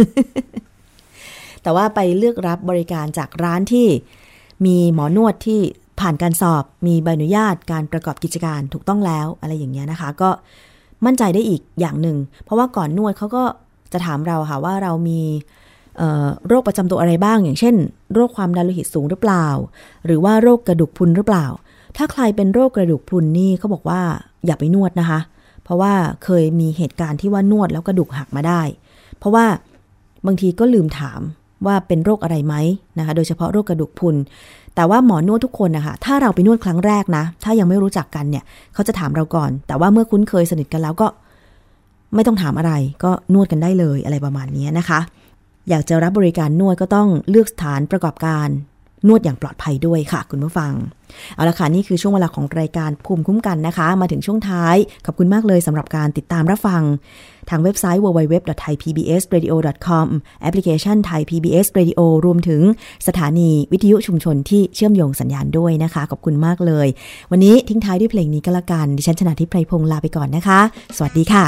ๆแต่ว่าไปเลือกรับบริการจากร้านที่มีหมอนวดที่ผ่านการสอบมีใบอนุญาตการประกอบกิจการถูกต้องแล้วอะไรอย่างเงี้ยนะคะก็มั่นใจได้อีกอย่างหนึ่งเพราะว่าก่อนนวดเขาก็จะถามเราค่ะว่าเรามีโรคประจำตัวอะไรบ้างอย่างเช่นโรคความดันโลหิตสูงหรือเปล่าหรือว่าโรคกระดูกพรุนหรือเปล่าถ้าใครเป็นโรคกระดูกพรุนนี่เขาบอกว่าอย่าไปนวดนะคะเพราะว่าเคยมีเหตุการณ์ที่ว่านวดแล้วกระดูกหักมาได้เพราะว่าบางทีก็ลืมถามว่าเป็นโรคอะไรไหมนะคะโดยเฉพาะโรคกระดูกพรุนแต่ว่าหมอนวดทุกคนนะคะถ้าเราไปนวดครั้งแรกนะถ้ายังไม่รู้จักกันเนี่ยเขาจะถามเราก่อนแต่ว่าเมื่อคุ้นเคยสนิทกันแล้วก็ไม่ต้องถามอะไรก็นวดกันได้เลยอะไรประมาณนี้นะคะอยากจะรับบริการนวดก็ต้องเลือกสถานประกอบการนวดอย่างปลอดภัยด้วยค่ะคุณผู้ฟังเอาละค่ะนี่คือช่วงเวลาของรายการภูมิคุ้มกันนะคะมาถึงช่วงท้ายขอบคุณมากเลยสำหรับการติดตามรับฟังทางเว็บไซต์ ดับเบิลยู ดับเบิลยู ดับเบิลยู ดอท ไทย พี บี เอส เรดิโอ ดอท คอม แอปพลิเคชัน Thai พี บี เอส Radio รวมถึงสถานีวิทยุชุมชนที่เชื่อมโยงสัญญาณด้วยนะคะขอบคุณมากเลยวันนี้ทิ้งท้ายด้วยเพลงนี้ก็แล้วกันดิฉันชนาธิป ไพรพงษ์ลาไปก่อนนะคะสวัสดีค่ะ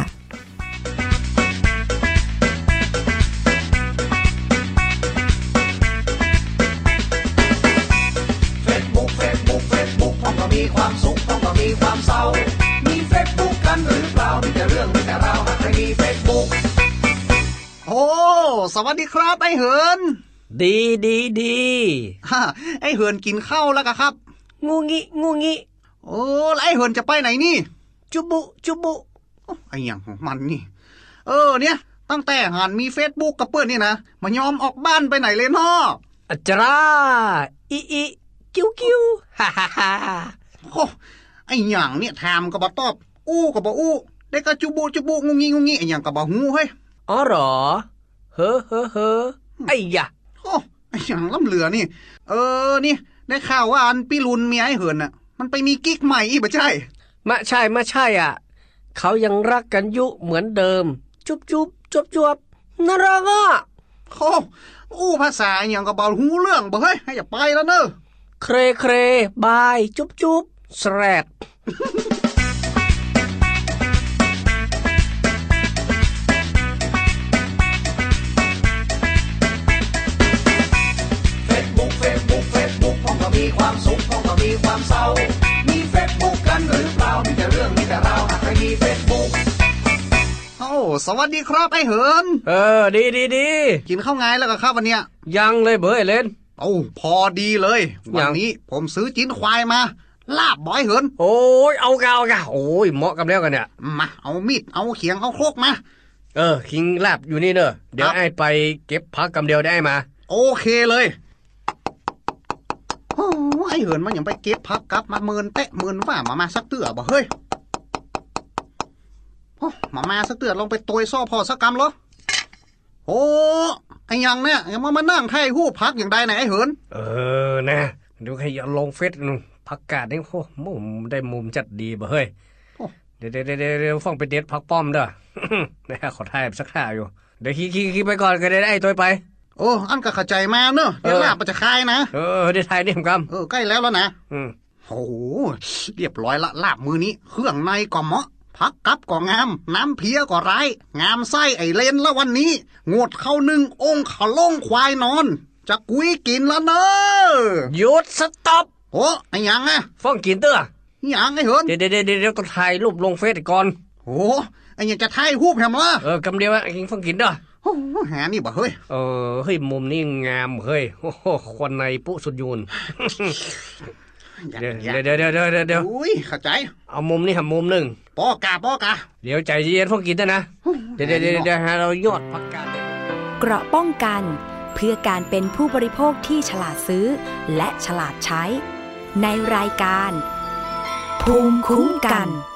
มีความสุขต้องก็มีความเศร้ามีเฟซบุ๊กกันหรือเปล่ามีแต่เรื่องมีแต่ราวหากใครมีเฟซบุ๊กโอ้สวัสดีครับไอ้เหินดีดีดีฮ่าไอ้เหินกินข้าวแล้วกะครับงูงี้งูงี้โอ้แล้วไอ้เหินจะไปไหนนี่จุบุจุบุไอ้หยังของมันนี่เออเนี่ยตั้งแต่หันมีเฟซบุ๊กกับเปิ้นนี่นะมายอมออกบ้านไปไหนเลยเนาะอัจราอีอีกิ้วกิ้วฮ่าฮ่าฮ่าโอ้ไอ้หยังเนี่ยถามก็บ่ตอบอู้ก็บ่อู้ได้ก็จุบุจุบุงุงิงุงิอหย่างก็บ่ฮู้เฮ้ยอ๋อเหรอเฮ้อเฮ้อเฮ้อไอ้ยะโอ้อหย่างล้ำเหลือนี่เออนี่ได้ข่าวว่าอันพี่ลุนเมียไอ้เหินน่ะมันไปมีกิ๊กใหม่อีกบ่ใช่มะใช่มะใช่อ่ะเขายังรักกันยุเหมือนเดิมจุบจุบจบจบน่ารักอ่ะโอ้อู้ภาษาอหย่างก็บ่ฮู้เรื่องบ่เฮ้ยให้อย่าไปแล้วเนอะเครเครบายจุบจุบแสรดมีความสุขก็มีความเศร้ามีเฟซบุ๊กกันหรือเปล่ามีแต่เรื่องมีแต่ราวหากใครมีเฟซบุ๊กโอ้สวัสดีครับไอ้เหินเออดีดีดีกินข้าวไงแล้วก็ครับวันเนี้ยยังเลยเบยเล่นโอ้พอดีเลยวันนี้ผมซื้อจิ้นควายมาลาบบ่อยเหินโอ้ยเอากาวกะโอ้ยเหมาะกับแล้วกันเนี่ยมาเอามีดเอาเขียงเอาโครกมาเออคิงลาบอยู่นี่เนอะเดี๋ยวไอ้ไปเก็บพักกำเดียวได้มาโอเคเลยโอ้ไอ้เหินมันยังไปเก็บพักกลับมาเมินเตะเมินว่ามามาสักเตือบ่เฮ้ยโอ้มามาสักเตือลงไปตวยซ่อพอสักกำเหรอโอ้ไอ้ยังเนี่ยยังมามานั่งไทยหู้พักอย่างใดไหนไอ้เหินเออนะดูใครอย่าลงเฟซพักกาดนี่โอ้มุมได้มุมจัดดีบ่เฮ้ยเดี๋ยวเดี๋ยวเดี๋ยวฟังไปเด็ดพักป้อมเด้อได้ขอถ่ายสักท่าอยู่เดี๋ยวขี่ขี่ไปก่อนก็ได้ไอ้ตัวไปโอ้อันก็เข้าใจมาเนอะเดี๋ยวลาบมันจะคายนะเออได้ทายได้ครับเออใกล้แล้วแล้วนะอืมโอ้เรียบร้อยละลาบมือนี้เครื่องในก็เหมาะพักกับก็งามน้ำเพียก็ร้ายงามไส้ไอเลนละวันนี้งดเข้าหนึ่งองค์ขล่งควายนอนจะกุยกินแล้วเนอะหยุดสต็อปโอ้ไอยังอะฟ้องกินเตื้อยังไอเหินเดี๋ยวเดี๋ยวเดี๋ยวต้องถ่ายรูปลงเฟซก่อนโอ้ไอยังจะถ่ายรูปแฮมล่ะเออกำเดียวอะกินฟ้องกินเด้อโอ้หานี่บ่เฮ้ยเออเฮ้ยมุมนี้งามเฮ้ยโอ้โหคนในปุ๊สุดยูนเดี๋ยวเดี๋ยวเดี๋ยวเดี๋ยวเดี๋ยวเดี๋ยวอุ้ยเข้าใจเอามุมนี้หับมุมหนึ่งป้อกาป้อกาเดี๋ยวใจเย็นพวกกินนะเดี๋ยวเดี๋ยวเดี๋ยวเรายอดพักการเกราะป้องกันเพื่อการเป็นผู้บริโภคที่ฉลาดซื้อและฉลาดใช้ในรายการภูมิคุ้มกัน